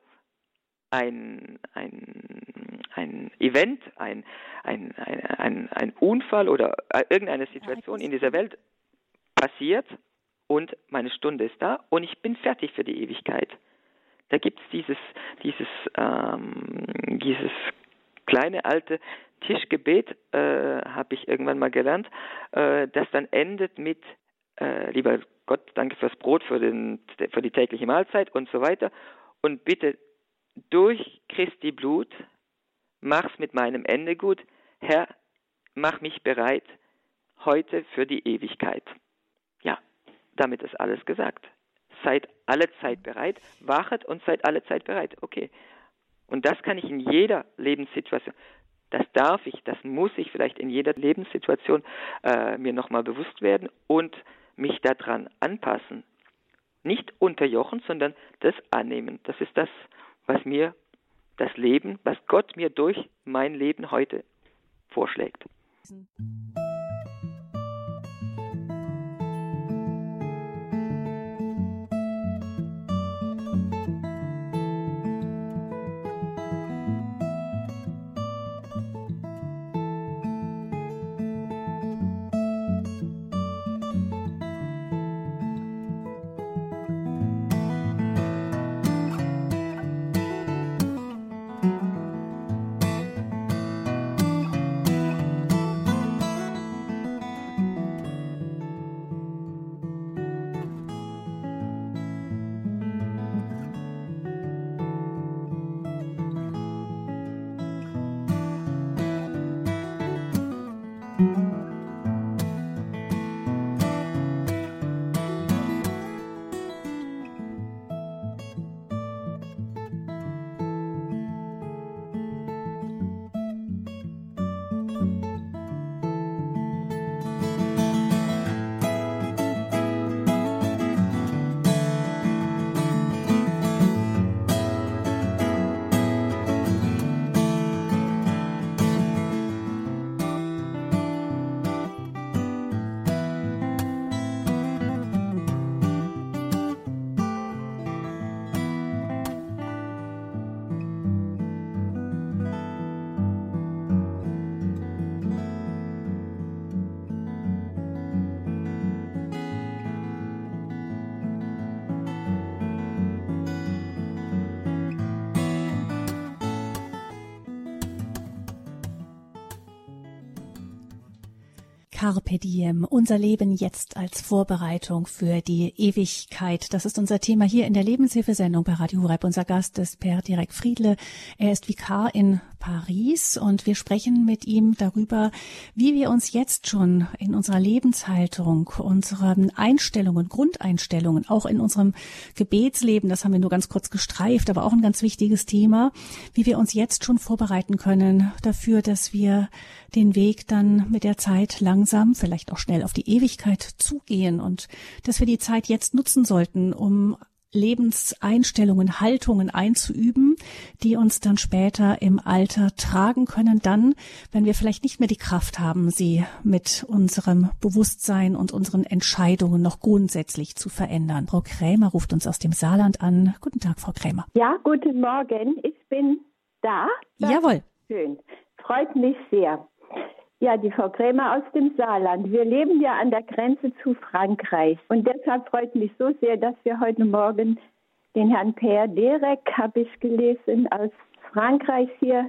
ein, ein, ein Event, ein, ein, ein, ein, ein Unfall oder irgendeine Situation in dieser Welt passiert und meine Stunde ist da und ich bin fertig für die Ewigkeit. Da gibt es dieses, dieses, ähm, dieses kleine alte Tischgebet, äh, habe ich irgendwann mal gelernt, äh, das dann endet mit äh, lieber Gott, danke fürs Brot, für, den, für die tägliche Mahlzeit und so weiter. Und bitte durch Christi Blut, mach's mit meinem Ende gut. Herr, mach mich bereit heute für die Ewigkeit. Ja, damit ist alles gesagt. Seid alle Zeit bereit, wachet und seid alle Zeit bereit. Okay. Und das kann ich in jeder Lebenssituation, das darf ich, das muss ich vielleicht in jeder Lebenssituation äh, mir nochmal bewusst werden und mich daran anpassen. Nicht unterjochen, sondern das annehmen. Das ist das, was mir das Leben, was Gott mir durch mein Leben heute vorschlägt. Carpe Diem, unser Leben jetzt als Vorbereitung für die Ewigkeit. Das ist unser Thema hier in der Lebenshilfesendung bei Radio Horeb. Unser Gast ist Per Direk Friedle. Er ist Vikar in Paris und wir sprechen mit ihm darüber, wie wir uns jetzt schon in unserer Lebenshaltung, unseren Einstellungen, Grundeinstellungen, auch in unserem Gebetsleben, das haben wir nur ganz kurz gestreift, aber auch ein ganz wichtiges Thema, wie wir uns jetzt schon vorbereiten können dafür, dass wir den Weg dann mit der Zeit langsam, vielleicht auch schnell auf die Ewigkeit zugehen und dass wir die Zeit jetzt nutzen sollten, um Lebenseinstellungen, Haltungen einzuüben, die uns dann später im Alter tragen können, dann, wenn wir vielleicht nicht mehr die Kraft haben, sie mit unserem Bewusstsein und unseren Entscheidungen noch grundsätzlich zu verändern. Frau Krämer ruft uns aus dem Saarland an. Guten Tag, Frau Krämer. Ja, guten Morgen. Ich bin da. Das Jawohl. Schön. Freut mich sehr. Ja, die Frau Krämer aus dem Saarland. Wir leben ja an der Grenze zu Frankreich. Und deshalb freut mich so sehr, dass wir heute Morgen den Herrn Per Direk, habe ich gelesen, aus Frankreich hier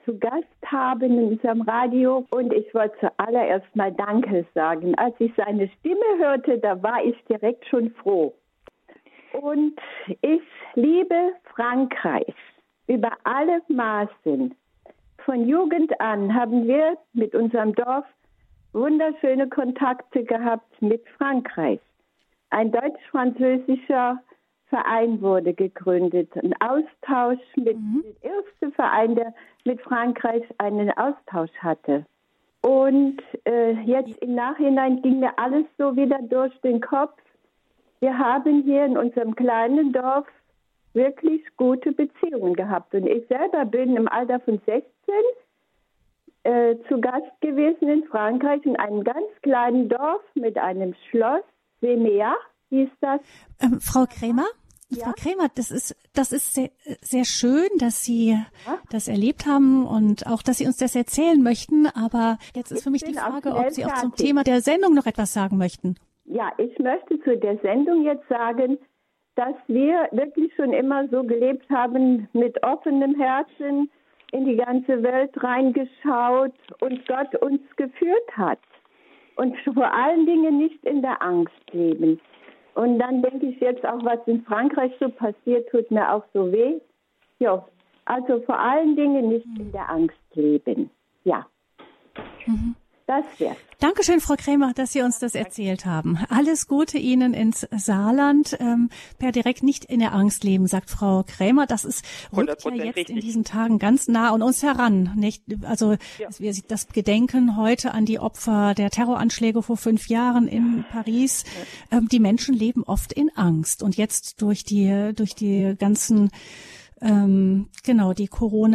zu Gast haben in unserem Radio. Und ich wollte zuallererst mal Danke sagen. Als ich seine Stimme hörte, da war ich direkt schon froh. Und ich liebe Frankreich über alle Maßen. Von Jugend an haben wir mit unserem Dorf wunderschöne Kontakte gehabt mit Frankreich. Ein deutsch-französischer Verein wurde gegründet, ein Austausch mit mhm. der erste Verein, der mit Frankreich einen Austausch hatte. Und äh, jetzt im Nachhinein ging mir alles so wieder durch den Kopf. Wir haben hier in unserem kleinen Dorf wirklich gute Beziehungen gehabt. Und ich selber bin im Alter von sechzehn äh, zu Gast gewesen in Frankreich in einem ganz kleinen Dorf mit einem Schloss. Semea hieß das. Ähm, Frau Krämer? Ja? Frau Krämer, das ist, das ist sehr, sehr schön, dass Sie ja? das erlebt haben und auch, dass Sie uns das erzählen möchten. Aber jetzt ist ich für mich die Frage, ob Sie auch fertig. zum Thema der Sendung noch etwas sagen möchten. Ja, ich möchte zu der Sendung jetzt sagen, dass wir wirklich schon immer so gelebt haben, mit offenem Herzen in die ganze Welt reingeschaut und Gott uns geführt hat. Und vor allen Dingen nicht in der Angst leben. Und dann denke ich jetzt auch, was in Frankreich so passiert, tut mir auch so weh. Ja, also vor allen Dingen nicht in der Angst leben. Ja. Mhm. Das wär's. Dankeschön, Frau Krämer, dass Sie uns das erzählt haben. Alles Gute Ihnen ins Saarland. Ähm, per direkt nicht in der Angst leben, sagt Frau Krämer. Das ist rückt ja jetzt richtig in diesen Tagen ganz nah an uns heran. Nicht? Also ja. wir, das Gedenken heute an die Opfer der Terroranschläge vor fünf Jahren in Paris. Ähm, die Menschen leben oft in Angst. Und jetzt durch die durch die ganzen Ähm, genau, die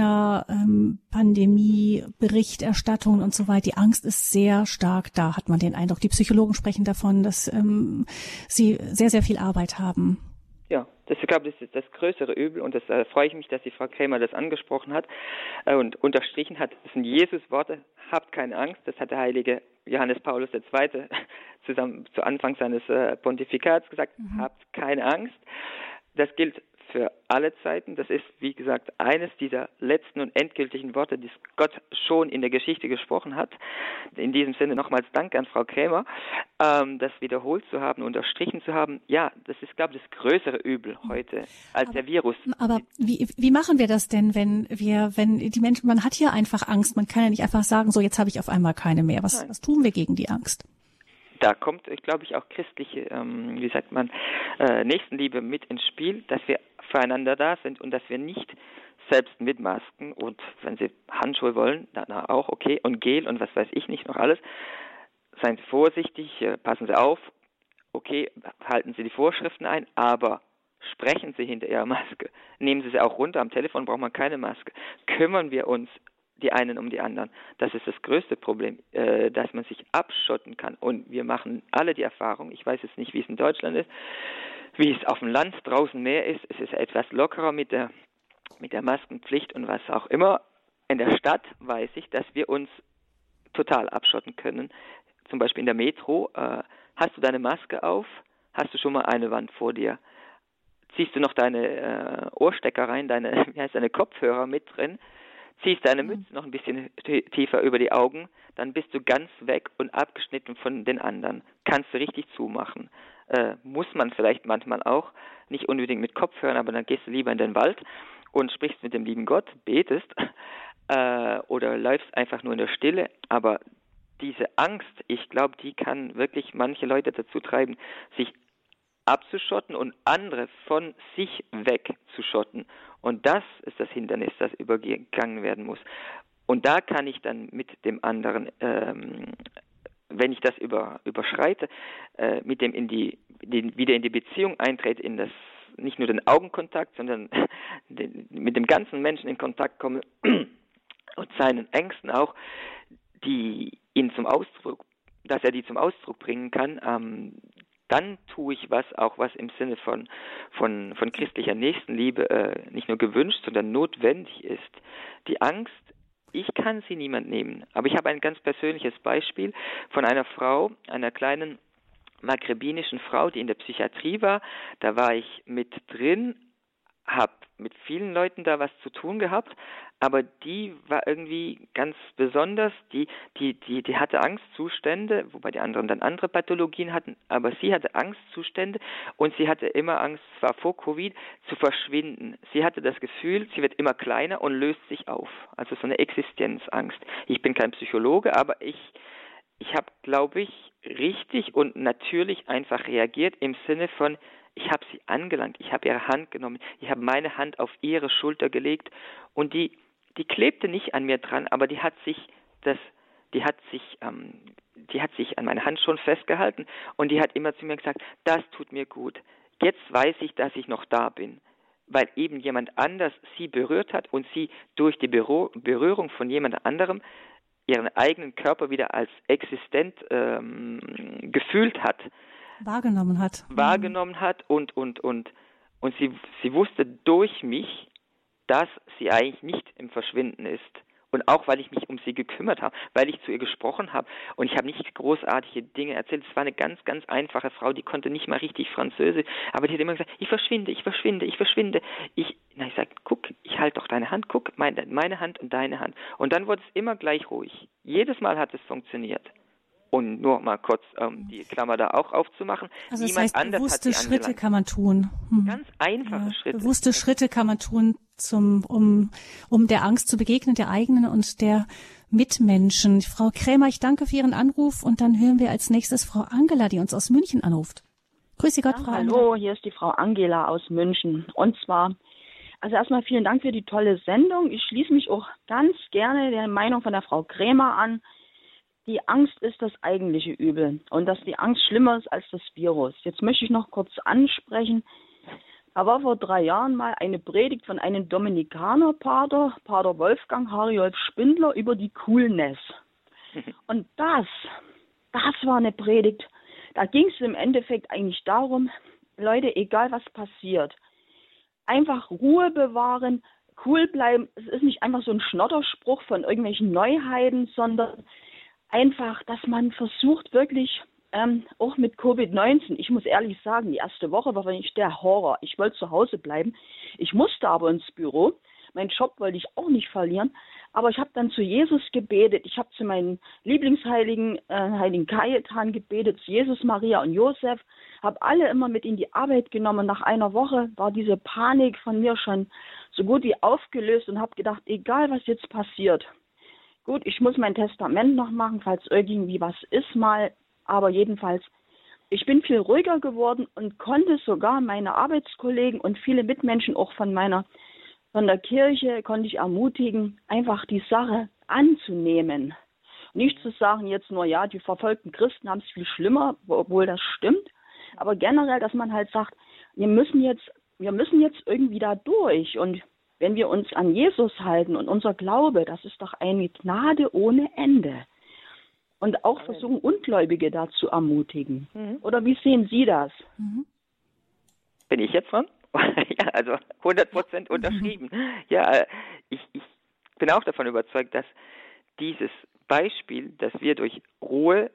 Corona-Pandemie, ähm, Berichterstattung und so weiter. Die Angst ist sehr stark da, hat man den Eindruck. Die Psychologen sprechen davon, dass ähm, sie sehr, sehr viel Arbeit haben. Ja, das, ich glaube, das ist das größere Übel und das äh, freue ich mich, dass die Frau Krämer das angesprochen hat äh, und unterstrichen hat. Das sind Jesus-Worte, habt keine Angst. Das hat der heilige Johannes Paulus der Zweite zusammen zu Anfang seines äh, Pontifikats gesagt, mhm. habt keine Angst. Das gilt für alle Zeiten. Das ist, wie gesagt, eines dieser letzten und endgültigen Worte, die Gott schon in der Geschichte gesprochen hat. In diesem Sinne nochmals Dank an Frau Krämer, ähm, das wiederholt zu haben, unterstrichen zu haben. Ja, das ist, glaube ich, das größere Übel heute als aber, der Virus. Aber wie, wie machen wir das denn, wenn wir, wenn die Menschen, man hat ja einfach Angst, man kann ja nicht einfach sagen, so jetzt habe ich auf einmal keine mehr. Was, was tun wir gegen die Angst? Da kommt, glaube ich, auch christliche, ähm, wie sagt man, äh, Nächstenliebe mit ins Spiel, dass wir füreinander da sind und dass wir nicht selbst mit Masken und wenn Sie Handschuhe wollen, dann auch, okay, und Gel und was weiß ich nicht noch alles. Seien Sie vorsichtig, äh, passen Sie auf, okay, halten Sie die Vorschriften ein, aber sprechen Sie hinter Ihrer Maske. Nehmen Sie sie auch runter, am Telefon braucht man keine Maske. Kümmern wir uns die einen um die anderen. Das ist das größte Problem, äh, dass man sich abschotten kann. Und wir machen alle die Erfahrung, ich weiß jetzt nicht, wie es in Deutschland ist, wie es auf dem Land draußen mehr ist. Es ist etwas lockerer mit der, mit der Maskenpflicht und was auch immer. In der Stadt weiß ich, dass wir uns total abschotten können. Zum Beispiel in der Metro. Äh, hast du deine Maske auf? Hast du schon mal eine Wand vor dir? Ziehst du noch deine äh, Ohrstecker rein, deine, wie heißt deine Kopfhörer mit drin? Ziehst deine Mütze noch ein bisschen t- tiefer über die Augen, dann bist du ganz weg und abgeschnitten von den anderen. Kannst du richtig zumachen. Äh, muss man vielleicht manchmal auch, nicht unbedingt mit Kopfhörern, aber dann gehst du lieber in den Wald und sprichst mit dem lieben Gott, betest äh, oder läufst einfach nur in der Stille. Aber diese Angst, ich glaube, die kann wirklich manche Leute dazu treiben, sich abzuschotten und andere von sich wegzuschotten. Und das ist das Hindernis, das übergangen werden muss. Und da kann ich dann mit dem anderen, ähm, wenn ich das über, überschreite, äh, mit dem in die, die, wieder in die Beziehung eintrete, in das nicht nur den Augenkontakt, sondern den, mit dem ganzen Menschen in Kontakt komme und seinen Ängsten auch, die ihn zum Ausdruck, dass er die zum Ausdruck bringen kann, ähm, dann tue ich was, auch was im Sinne von, von, von christlicher Nächstenliebe äh, nicht nur gewünscht, sondern notwendig ist. Die Angst, ich kann sie niemand nehmen. Aber ich habe ein ganz persönliches Beispiel von einer Frau, einer kleinen maghrebinischen Frau, die in der Psychiatrie war. Da war ich mit drin, habe mit vielen Leuten da was zu tun gehabt, aber die war irgendwie ganz besonders, die, die, die, die hatte Angstzustände, wobei die anderen dann andere Pathologien hatten, aber sie hatte Angstzustände und sie hatte immer Angst, zwar vor Covid, zu verschwinden. Sie hatte das Gefühl, sie wird immer kleiner und löst sich auf. Also so eine Existenzangst. Ich bin kein Psychologe, aber ich, ich habe, glaube ich, richtig und natürlich einfach reagiert im Sinne von, ich habe sie angelangt, ich habe ihre Hand genommen, ich habe meine Hand auf ihre Schulter gelegt und die, die klebte nicht an mir dran, aber die hat sich das, die hat sich, ähm, die hat sich an meine Hand schon festgehalten und die hat immer zu mir gesagt, das tut mir gut. Jetzt weiß ich, dass ich noch da bin, weil eben jemand anders sie berührt hat und sie durch die Berührung von jemand anderem ihren eigenen Körper wieder als existent ähm, gefühlt hat. Wahrgenommen hat. Wahrgenommen hat und, und, und, und sie, sie wusste durch mich, dass sie eigentlich nicht im Verschwinden ist. Und auch, weil ich mich um sie gekümmert habe, weil ich zu ihr gesprochen habe. Und ich habe nicht großartige Dinge erzählt. Es war eine ganz, ganz einfache Frau, die konnte nicht mal richtig Französisch. Aber die hat immer gesagt, ich verschwinde, ich verschwinde, ich verschwinde. Ich, na, ich sage, guck, ich halte doch deine Hand, guck, meine, meine Hand und deine Hand. Und dann wurde es immer gleich ruhig. Jedes Mal hat es funktioniert. Und nur mal kurz ähm, die Klammer da auch aufzumachen. Also das Niemand heißt, anders bewusste hat sie Schritte angelangt. kann man tun. Hm. Ganz einfache ja, Schritte. Bewusste Schritte kann man tun, zum, um, um der Angst zu begegnen, der eigenen und der Mitmenschen. Frau Krämer, ich danke für Ihren Anruf und dann hören wir als nächstes Frau Angela, die uns aus München anruft. Grüß Sie Gott, ja, Frau Hallo, Angela. hier ist die Frau Angela aus München. Und zwar, also erstmal vielen Dank für die tolle Sendung. Ich schließe mich auch ganz gerne der Meinung von der Frau Krämer an. Die Angst ist das eigentliche Übel und dass die Angst schlimmer ist als das Virus. Jetzt möchte ich noch kurz ansprechen, da war vor drei Jahren mal eine Predigt von einem Dominikanerpater, Pater Wolfgang Hariolf Spindler, über die Coolness. Und das, das war eine Predigt, da ging es im Endeffekt eigentlich darum, Leute, egal was passiert, einfach Ruhe bewahren, cool bleiben. Es ist nicht einfach so ein Schnotterspruch von irgendwelchen Neuheiten, sondern einfach, dass man versucht wirklich, ähm, auch mit Covid neunzehn, ich muss ehrlich sagen, die erste Woche war für mich der Horror. Ich wollte zu Hause bleiben, ich musste aber ins Büro, meinen Job wollte ich auch nicht verlieren, aber ich habe dann zu Jesus gebetet, ich habe zu meinen Lieblingsheiligen, äh, Heiligen Kajetan gebetet, zu Jesus, Maria und Josef, habe alle immer mit in die Arbeit genommen. Nach einer Woche war diese Panik von mir schon so gut wie aufgelöst und habe gedacht, egal was jetzt passiert, gut, ich muss mein Testament noch machen, falls irgendwie was ist mal, aber jedenfalls, ich bin viel ruhiger geworden und konnte sogar meine Arbeitskollegen und viele Mitmenschen auch von meiner, von der Kirche, konnte ich ermutigen, einfach die Sache anzunehmen. Nicht zu sagen jetzt nur, ja, die verfolgten Christen haben es viel schlimmer, obwohl das stimmt, aber generell, dass man halt sagt, wir müssen jetzt, wir müssen jetzt irgendwie da durch und wenn wir uns an Jesus halten und unser Glaube, das ist doch eine Gnade ohne Ende. Und auch versuchen, Ungläubige da zu ermutigen. Mhm. Oder wie sehen Sie das? Mhm. Bin ich jetzt dran? Ja, also hundert Prozent unterschrieben. Mhm. Ja, ich, ich bin auch davon überzeugt, dass dieses Beispiel, dass wir durch Ruhe,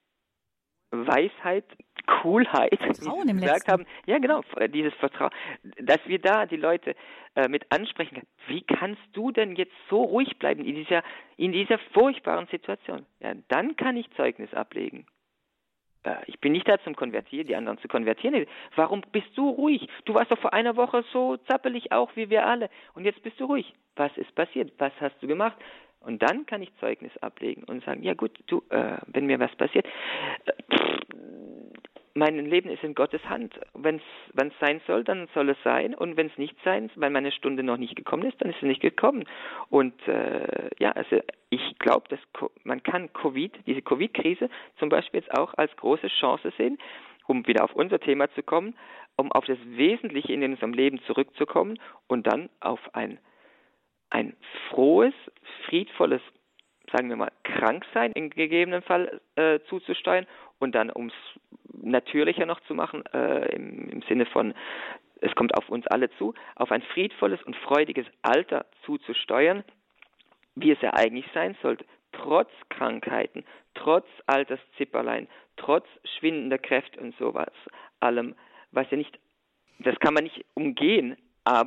Weisheit, Coolheit, Vertrauen im gesagt Letzten. haben, ja genau, dieses Vertrauen, dass wir da die Leute äh, mit ansprechen. Wie kannst du denn jetzt so ruhig bleiben in dieser in dieser furchtbaren Situation? Ja, dann kann ich Zeugnis ablegen. Äh, ich bin nicht da zum Konvertieren, die anderen zu konvertieren. Warum bist du ruhig? Du warst doch vor einer Woche so zappelig auch wie wir alle und jetzt bist du ruhig. Was ist passiert? Was hast du gemacht? Und dann kann ich Zeugnis ablegen und sagen, ja gut, du, äh, wenn mir was passiert, äh, pff, mein Leben ist in Gottes Hand. Wenn es sein soll, dann soll es sein. Und wenn es nicht sein, weil meine Stunde noch nicht gekommen ist, dann ist sie nicht gekommen. Und äh, ja, also ich glaube, dass man kann Covid, diese Covid-Krise zum Beispiel jetzt auch als große Chance sehen, um wieder auf unser Thema zu kommen, um auf das Wesentliche in unserem Leben zurückzukommen und dann auf ein ein frohes, friedvolles, sagen wir mal, Kranksein in gegebenen Fall äh, zuzusteuern und dann, um es natürlicher noch zu machen, äh, im, im Sinne von, es kommt auf uns alle zu, auf ein friedvolles und freudiges Alter zuzusteuern, wie es ja eigentlich sein sollte, trotz Krankheiten, trotz Alterszipperlein, trotz schwindender Kräfte und sowas, allem, was ja nicht, das kann man nicht umgehen, aber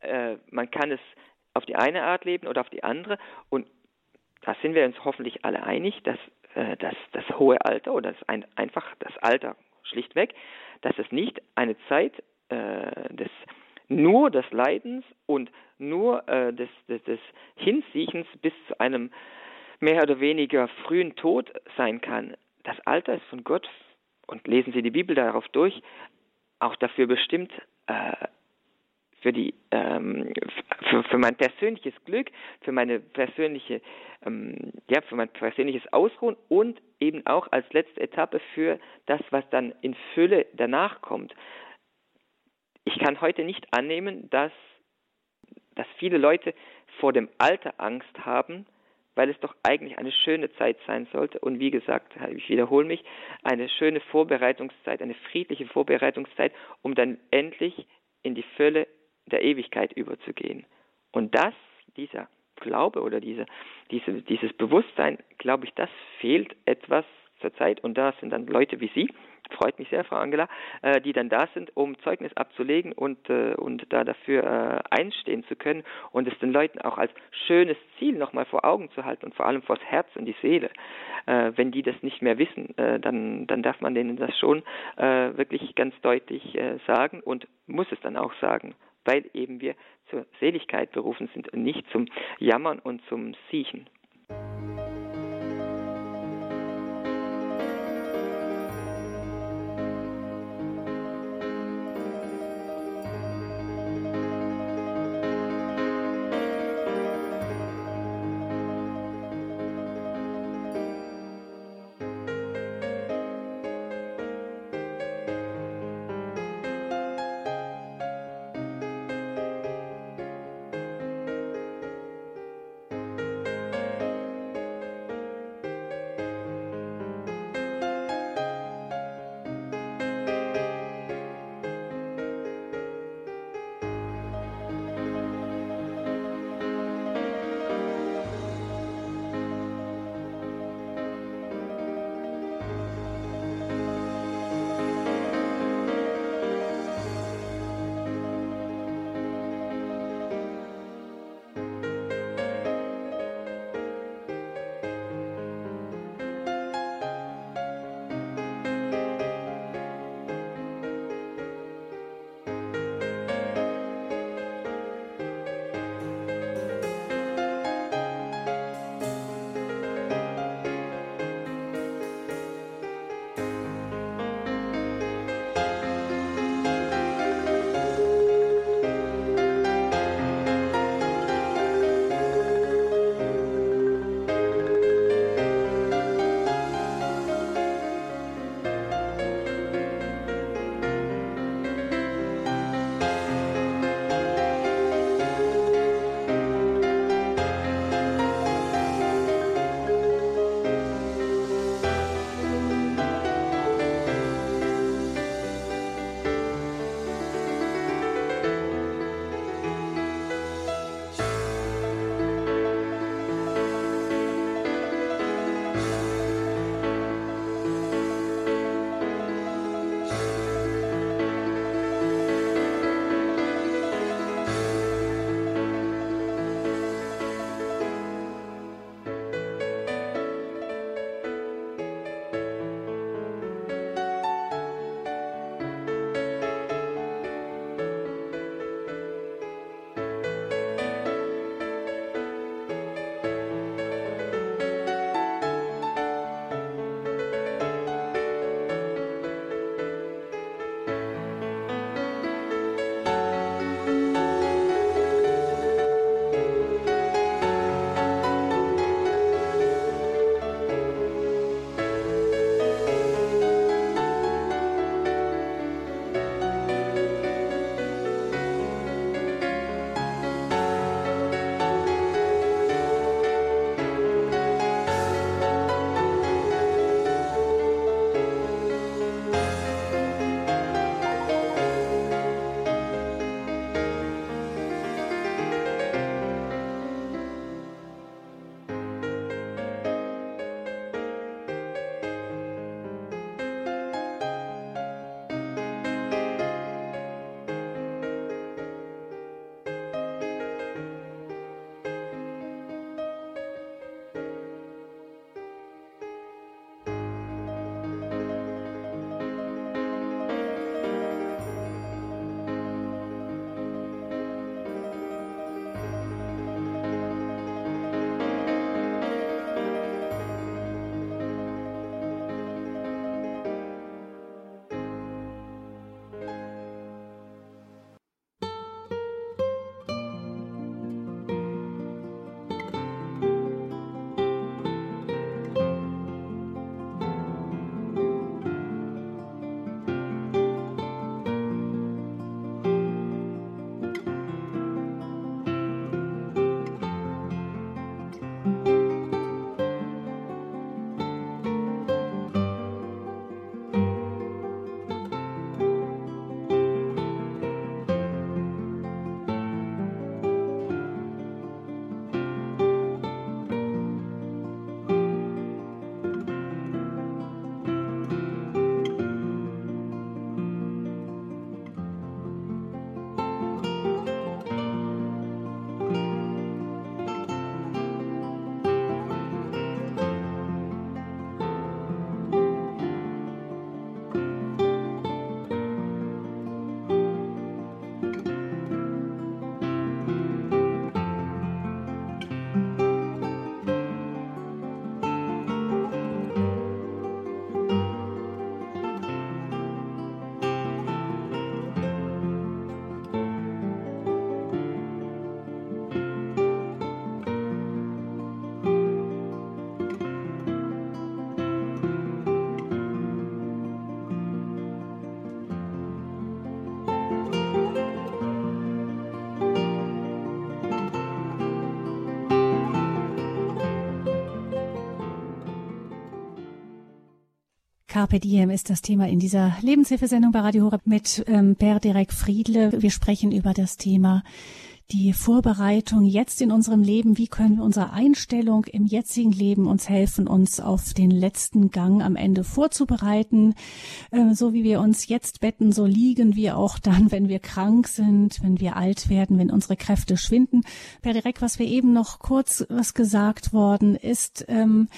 äh, man kann es auf die eine Art leben oder auf die andere. Und da sind wir uns hoffentlich alle einig, dass, äh, dass das hohe Alter oder das ein, einfach das Alter schlichtweg, dass es nicht eine Zeit äh, des nur des Leidens und nur äh, des, des, des Hinsiechens bis zu einem mehr oder weniger frühen Tod sein kann. Das Alter ist von Gott, und lesen Sie die Bibel darauf durch, auch dafür bestimmt, äh, für, die, ähm, für, für mein persönliches Glück, für meine persönliche, ähm, ja, für mein persönliches Ausruhen und eben auch als letzte Etappe für das, was dann in Fülle danach kommt. Ich kann heute nicht annehmen, dass, dass viele Leute vor dem Alter Angst haben, weil es doch eigentlich eine schöne Zeit sein sollte. Und wie gesagt, ich wiederhole mich, eine schöne Vorbereitungszeit, eine friedliche Vorbereitungszeit, um dann endlich in die Fülle der Ewigkeit überzugehen. Und das, dieser Glaube oder diese, diese, dieses Bewusstsein, glaube ich, das fehlt etwas zur Zeit. Und da sind dann Leute wie Sie, freut mich sehr, Frau Angela, äh, die dann da sind, um Zeugnis abzulegen und, äh, und da dafür äh, einstehen zu können und es den Leuten auch als schönes Ziel nochmal vor Augen zu halten und vor allem vors Herz und die Seele. Äh, wenn die das nicht mehr wissen, äh, dann, dann darf man denen das schon äh, wirklich ganz deutlich äh, sagen und muss es dann auch sagen, weil eben wir zur Seligkeit berufen sind und nicht zum Jammern und zum Siechen. Carpe Diem ist das Thema in dieser Lebenshilfesendung bei Radio Horeb mit ähm, Per Derek Friedle. Wir sprechen über das Thema die Vorbereitung jetzt in unserem Leben. Wie können wir unsere Einstellung im jetzigen Leben uns helfen, uns auf den letzten Gang am Ende vorzubereiten? Äh, so wie wir uns jetzt betten, so liegen wir auch dann, wenn wir krank sind, wenn wir alt werden, wenn unsere Kräfte schwinden. Per Derek, was wir eben noch kurz was gesagt worden ist, ähm,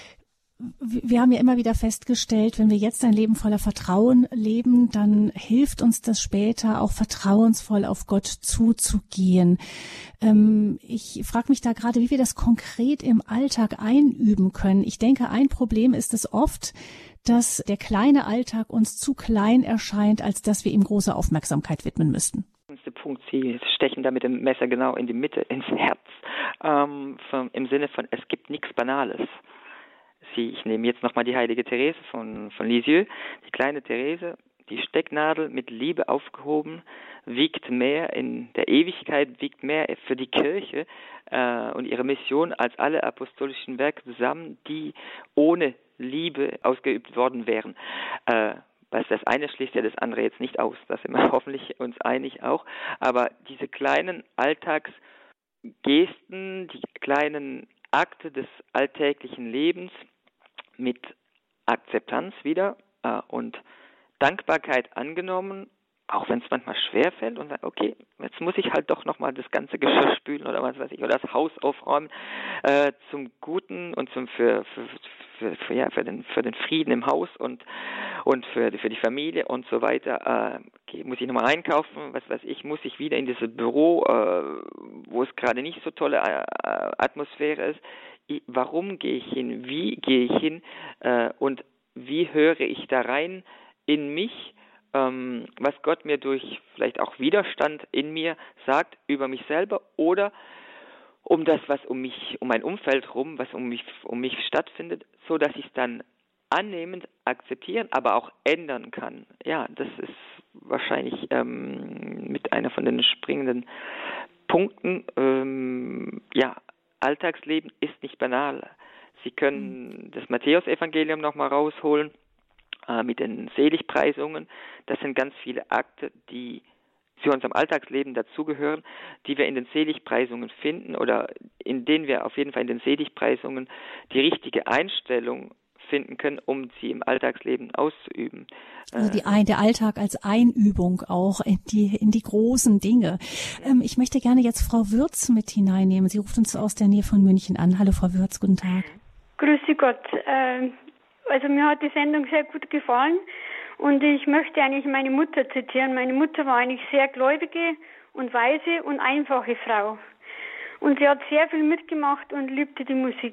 wir haben ja immer wieder festgestellt, wenn wir jetzt ein Leben voller Vertrauen leben, dann hilft uns das später auch vertrauensvoll auf Gott zuzugehen. Ähm, ich frage mich da gerade, wie wir das konkret im Alltag einüben können. Ich denke, ein Problem ist es oft, dass der kleine Alltag uns zu klein erscheint, als dass wir ihm große Aufmerksamkeit widmen müssten. Punkt, Sie stechen da mit dem Messer genau in die Mitte, ins Herz, ähm, vom, im Sinne von, es gibt nichts Banales. Sie, ich nehme jetzt nochmal die heilige Therese von, von Lisieux. Die kleine Therese, die Stecknadel mit Liebe aufgehoben, wiegt mehr in der Ewigkeit, wiegt mehr für die Kirche äh, und ihre Mission als alle apostolischen Werke zusammen, die ohne Liebe ausgeübt worden wären. Äh, was das eine schließt ja das andere jetzt nicht aus. Da sind wir hoffentlich uns einig auch. Aber diese kleinen Alltagsgesten, die kleinen Akte des alltäglichen Lebens mit Akzeptanz wieder äh, und Dankbarkeit angenommen, auch wenn es manchmal schwerfällt und sagt, okay, jetzt muss ich halt doch nochmal das ganze Geschirr spülen oder was weiß ich, oder das Haus aufräumen, äh, zum Guten und zum für, für, für, für, ja, für, den, für den Frieden im Haus und, und für, für die Familie und so weiter. Äh, okay, muss ich nochmal einkaufen, was weiß ich, muss ich wieder in dieses Büro, äh, wo es gerade nicht so tolle äh, Atmosphäre ist. Ich, warum gehe ich hin? Wie gehe ich hin? Äh, und wie höre ich da rein in mich? Ähm, was Gott mir durch vielleicht auch Widerstand in mir sagt über mich selber oder um das, was um mich, um mein Umfeld rum, was um mich, um mich stattfindet, so dass ich es dann annehmend akzeptieren, aber auch ändern kann. Ja, das ist wahrscheinlich ähm, mit einer von den springenden Punkten. Ähm, ja, Alltagsleben ist nicht banal. Sie können das Matthäus-Evangelium nochmal rausholen mit den Seligpreisungen. Das sind ganz viele Akte, die zu unserem Alltagsleben dazugehören, die wir in den Seligpreisungen finden oder in denen wir auf jeden Fall in den Seligpreisungen die richtige Einstellung finden können, um sie im Alltagsleben auszuüben. Also die ein, der Alltag als Einübung auch in die, in die großen Dinge. Ähm, ich möchte gerne jetzt Frau Würz mit hineinnehmen. Sie ruft uns aus der Nähe von München an. Hallo Frau Würz, guten Tag. Grüße Gott. Äh, Also mir hat die Sendung sehr gut gefallen und ich möchte eigentlich meine Mutter zitieren. Meine Mutter war eigentlich sehr gläubige und weise und einfache Frau. Und sie hat sehr viel mitgemacht und liebte die Musik.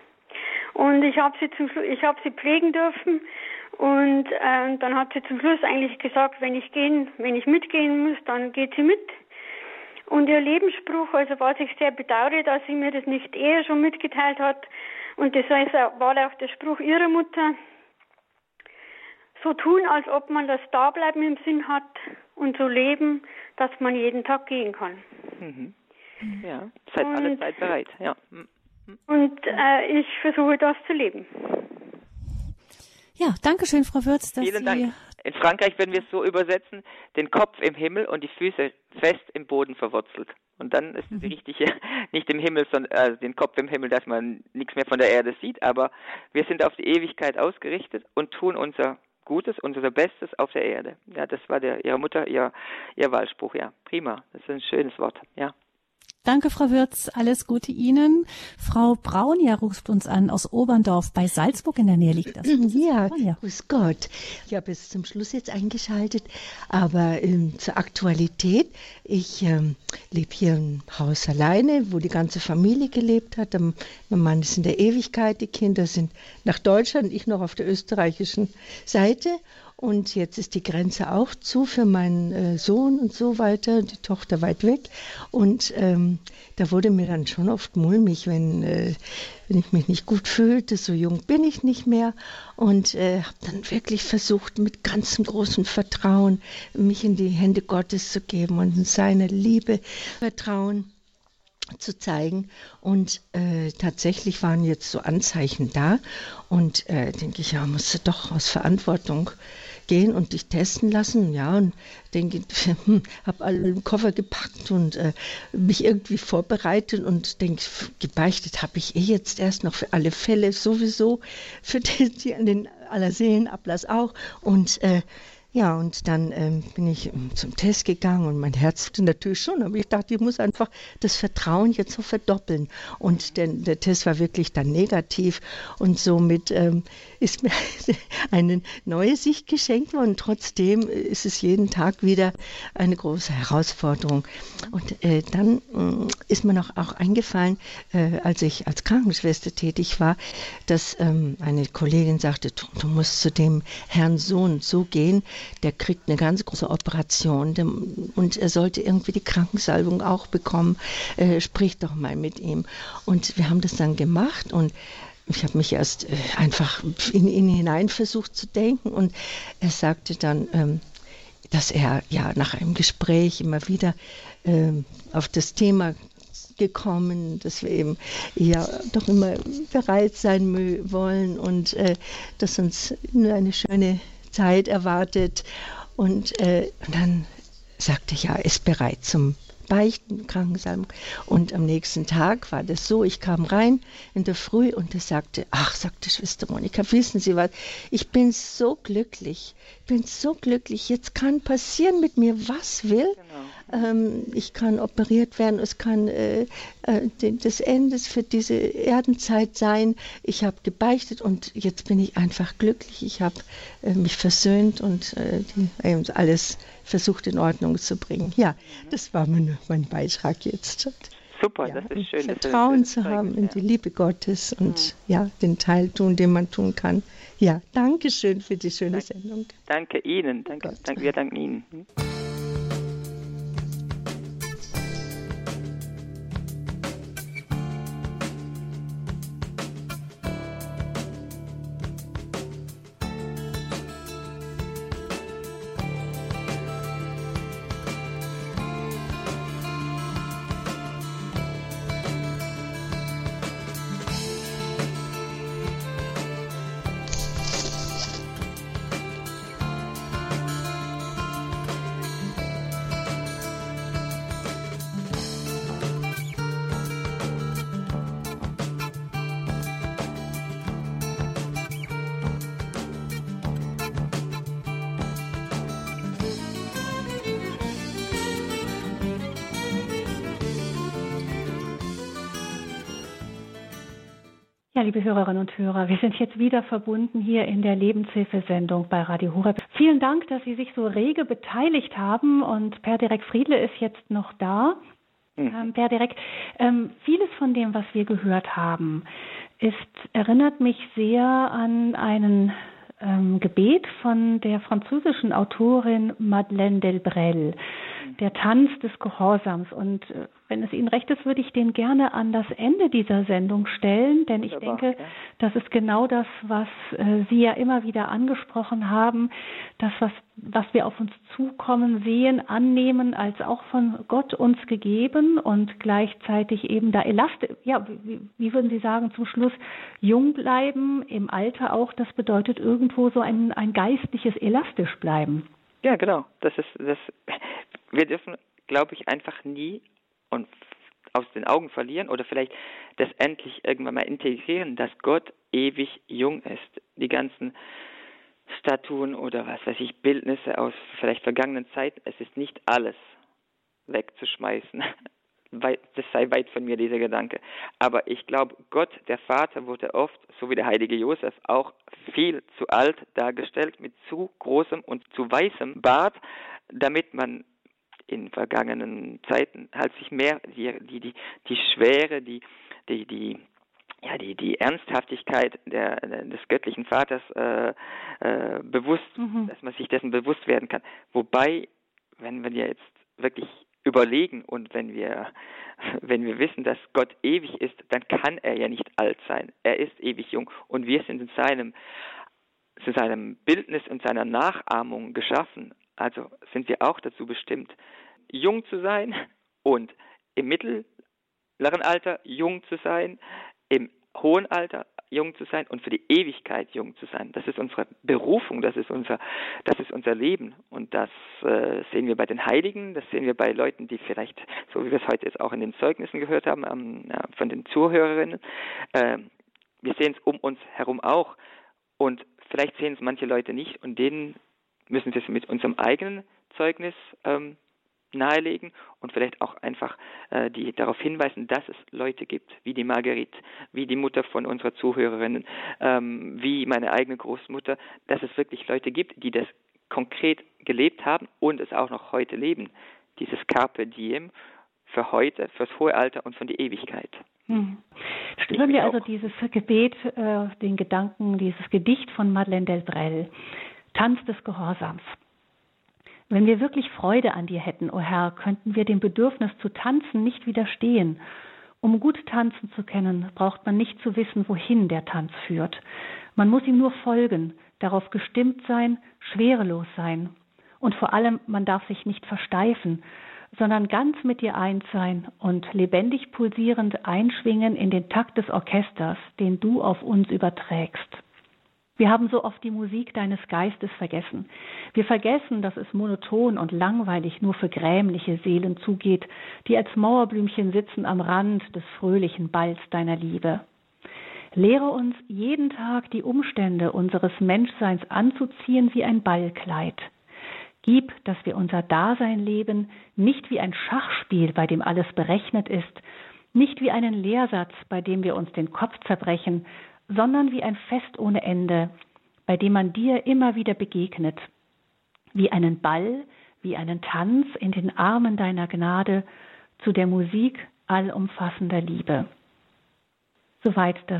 Und ich habe sie zum Schluss, ich habe sie pflegen dürfen und äh, dann hat sie zum Schluss eigentlich gesagt, wenn ich gehen, wenn ich mitgehen muss, dann geht sie mit. Und ihr Lebensspruch, also was ich sehr bedauere, dass sie mir das nicht eher schon mitgeteilt hat, und das war auch der Spruch ihrer Mutter, so tun, als ob man das Dableiben im Sinn hat und so leben, dass man jeden Tag gehen kann. Mhm. Ja, seid und, alle Zeit bereit. Ja. Mhm. Und äh, ich versuche das zu leben. Ja, danke schön, Frau Würz. Dass Vielen Sie Dank. In Frankreich werden wir es so übersetzen, den Kopf im Himmel und die Füße fest im Boden verwurzelt. Und dann ist es die richtige, nicht im Himmel, sondern also den Kopf im Himmel, dass man nichts mehr von der Erde sieht, aber wir sind auf die Ewigkeit ausgerichtet und tun unser Gutes, unser Bestes auf der Erde. Ja, das war der Ihre Mutter, ihr, ihr Wahlspruch, ja. Prima, das ist ein schönes Wort, ja. Danke, Frau Würz. Alles Gute Ihnen. Frau Braun, ja, ruft uns an aus Oberndorf bei Salzburg. In der Nähe liegt das. Ja, ja, grüß Gott. Ich habe es zum Schluss jetzt eingeschaltet, aber ähm, zur Aktualität. Ich ähm, lebe hier im Haus alleine, wo die ganze Familie gelebt hat. Mein Mann ist in der Ewigkeit, die Kinder sind nach Deutschland, ich noch auf der österreichischen Seite. Und jetzt ist die Grenze auch zu für meinen äh, Sohn und so weiter, die Tochter weit weg. Und ähm, da wurde mir dann schon oft mulmig, wenn, äh, wenn ich mich nicht gut fühlte. So jung bin ich nicht mehr. Und äh, habe dann wirklich versucht, mit ganzem großem Vertrauen mich in die Hände Gottes zu geben und in seine Liebe vertrauen. zu zeigen. Und äh, tatsächlich waren jetzt so Anzeichen da. Und äh, denke ich, ja, musst du doch aus Verantwortung gehen und dich testen lassen. Ja, und denke, hm, habe alle den Koffer gepackt und äh, mich irgendwie vorbereitet und denke, gebeichtet habe ich eh jetzt erst noch für alle Fälle sowieso, für die, die an den Allerseelenablass auch. Und äh, ja, und dann ähm, bin ich zum Test gegangen und mein Herz hatte natürlich schon, aber ich dachte, ich muss einfach das Vertrauen jetzt so verdoppeln. Und der, der Test war wirklich dann negativ und somit ähm, ist mir eine neue Sicht geschenkt worden. Trotzdem ist es jeden Tag wieder eine große Herausforderung. Und äh, dann äh, ist mir noch auch eingefallen, äh, als ich als Krankenschwester tätig war, dass ähm, eine Kollegin sagte, du, du musst zu dem Herrn so und so gehen, der kriegt eine ganz große Operation und er sollte irgendwie die Krankensalbung auch bekommen. Äh, sprich doch mal mit ihm. Und wir haben das dann gemacht und ich habe mich erst äh, einfach in ihn hinein versucht zu denken und er sagte dann, ähm, dass er ja nach einem Gespräch immer wieder äh, auf das Thema gekommen, dass wir eben ja doch immer bereit sein wollen und äh, dass uns nur eine schöne Zeit erwartet und, äh, und dann sagte ich, ja, er ist bereit zum Beichten, Krankensalbung. Und am nächsten Tag war das so, ich kam rein in der Früh und er sagte, ach, sagte Schwester Monika, wissen Sie was, ich bin so glücklich, ich bin so glücklich, jetzt kann passieren mit mir, was will. Genau. Ähm, ich kann operiert werden, es kann äh, äh, das Ende für diese Erdenzeit sein. Ich habe gebeichtet und jetzt bin ich einfach glücklich. Ich habe äh, mich versöhnt und äh, die, äh, alles versucht in Ordnung zu bringen. Ja, das war mein, mein Beitrag jetzt. Super, ja, das ist schön. Vertrauen das ist zu Zeugnis, haben in ja. die Liebe Gottes und mhm. ja, den Teil tun, den man tun kann. Ja, danke schön für die schöne Dank, Sendung. Danke Ihnen, danke, Gott. danke, wir danken Ihnen. Ja, liebe Hörerinnen und Hörer, wir sind jetzt wieder verbunden hier in der Lebenshilfesendung bei Radio Horeb. Vielen Dank, dass Sie sich so rege beteiligt haben und Per Derek Friedle ist jetzt noch da. Mhm. Ähm, Per Derek, ähm, vieles von dem, was wir gehört haben, ist, erinnert mich sehr an einen ähm, Gebet von der französischen Autorin Madeleine Delbrel, der Tanz des Gehorsams. Und äh, wenn es Ihnen recht ist, würde ich den gerne an das Ende dieser Sendung stellen, denn ich denke, ja. das ist genau das, was äh, Sie ja immer wieder angesprochen haben, das, was, was wir auf uns zukommen sehen, annehmen, als auch von Gott uns gegeben und gleichzeitig eben da elastisch, ja, wie, wie würden Sie sagen, zum Schluss jung bleiben, im Alter auch, das bedeutet irgendwo so ein, ein geistliches elastisch bleiben. Ja, genau, das ist, das, wir dürfen, glaube ich, einfach nie und aus den Augen verlieren oder vielleicht das endlich irgendwann mal integrieren, dass Gott ewig jung ist. Die ganzen Statuen oder was weiß ich, Bildnisse aus vielleicht vergangenen Zeiten, es ist nicht alles wegzuschmeißen. Das sei weit von mir, dieser Gedanke. Aber ich glaube, Gott, der Vater, wurde oft, so wie der heilige Josef, auch viel zu alt dargestellt, mit zu großem und zu weißem Bart, damit man in vergangenen Zeiten halt sich mehr die die die, die Schwere, die die die ja die die Ernsthaftigkeit der, des göttlichen Vaters äh, äh, bewusst, mhm. dass man sich dessen bewusst werden kann. Wobei, wenn wir jetzt wirklich überlegen und wenn wir wenn wir wissen, dass Gott ewig ist, dann kann er ja nicht alt sein. Er ist ewig jung und wir sind in seinem zu seinem Bildnis und seiner Nachahmung geschaffen. Also sind wir auch dazu bestimmt, jung zu sein und im Mittel mittleren Alter jung zu sein, im hohen Alter jung zu sein und für die Ewigkeit jung zu sein. Das ist unsere Berufung, das ist unser, das ist unser Leben. Und das äh, sehen wir bei den Heiligen, das sehen wir bei Leuten, die vielleicht, so wie wir es heute jetzt auch in den Zeugnissen gehört haben, ähm, ja, von den Zuhörerinnen, äh, wir sehen es um uns herum auch. Und vielleicht sehen es manche Leute nicht und denen müssen wir es mit unserem eigenen Zeugnis ähm, nahelegen und vielleicht auch einfach äh, die darauf hinweisen, dass es Leute gibt, wie die Marguerite, wie die Mutter von unserer Zuhörerin, ähm, wie meine eigene Großmutter, dass es wirklich Leute gibt, die das konkret gelebt haben und es auch noch heute leben. Dieses Carpe Diem für heute, fürs hohe Alter und für die Ewigkeit. Hm. Stimmen wir also dieses Gebet, äh, den Gedanken, dieses Gedicht von Madeleine Delbrel, Tanz des Gehorsams. Wenn wir wirklich Freude an dir hätten, o Herr, könnten wir dem Bedürfnis zu tanzen nicht widerstehen. Um gut tanzen zu können, braucht man nicht zu wissen, wohin der Tanz führt. Man muss ihm nur folgen, darauf gestimmt sein, schwerelos sein. Und vor allem, man darf sich nicht versteifen, sondern ganz mit dir eins sein und lebendig pulsierend einschwingen in den Takt des Orchesters, den du auf uns überträgst. Wir haben so oft die Musik deines Geistes vergessen. Wir vergessen, dass es monoton und langweilig nur für grämliche Seelen zugeht, die als Mauerblümchen sitzen am Rand des fröhlichen Balls deiner Liebe. Lehre uns jeden Tag die Umstände unseres Menschseins anzuziehen wie ein Ballkleid. Gib, dass wir unser Dasein leben, nicht wie ein Schachspiel, bei dem alles berechnet ist, nicht wie einen Lehrsatz, bei dem wir uns den Kopf zerbrechen, sondern wie ein Fest ohne Ende, bei dem man dir immer wieder begegnet. Wie einen Ball, wie einen Tanz in den Armen deiner Gnade, zu der Musik allumfassender Liebe. Soweit das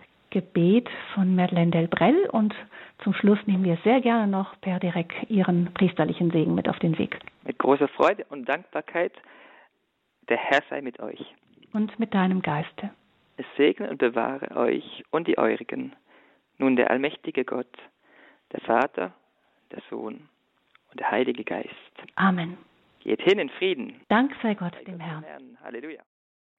Gebet von Madeleine Delbrel und zum Schluss nehmen wir sehr gerne noch per Direkt Ihren priesterlichen Segen mit auf den Weg. Mit großer Freude und Dankbarkeit, der Herr sei mit euch. Und mit deinem Geiste. Es segne und bewahre euch und die Eurigen, nun der allmächtige Gott, der Vater, der Sohn und der Heilige Geist. Amen. Geht hin in Frieden. Dank sei Gott, dem Herrn. Herrn. Halleluja.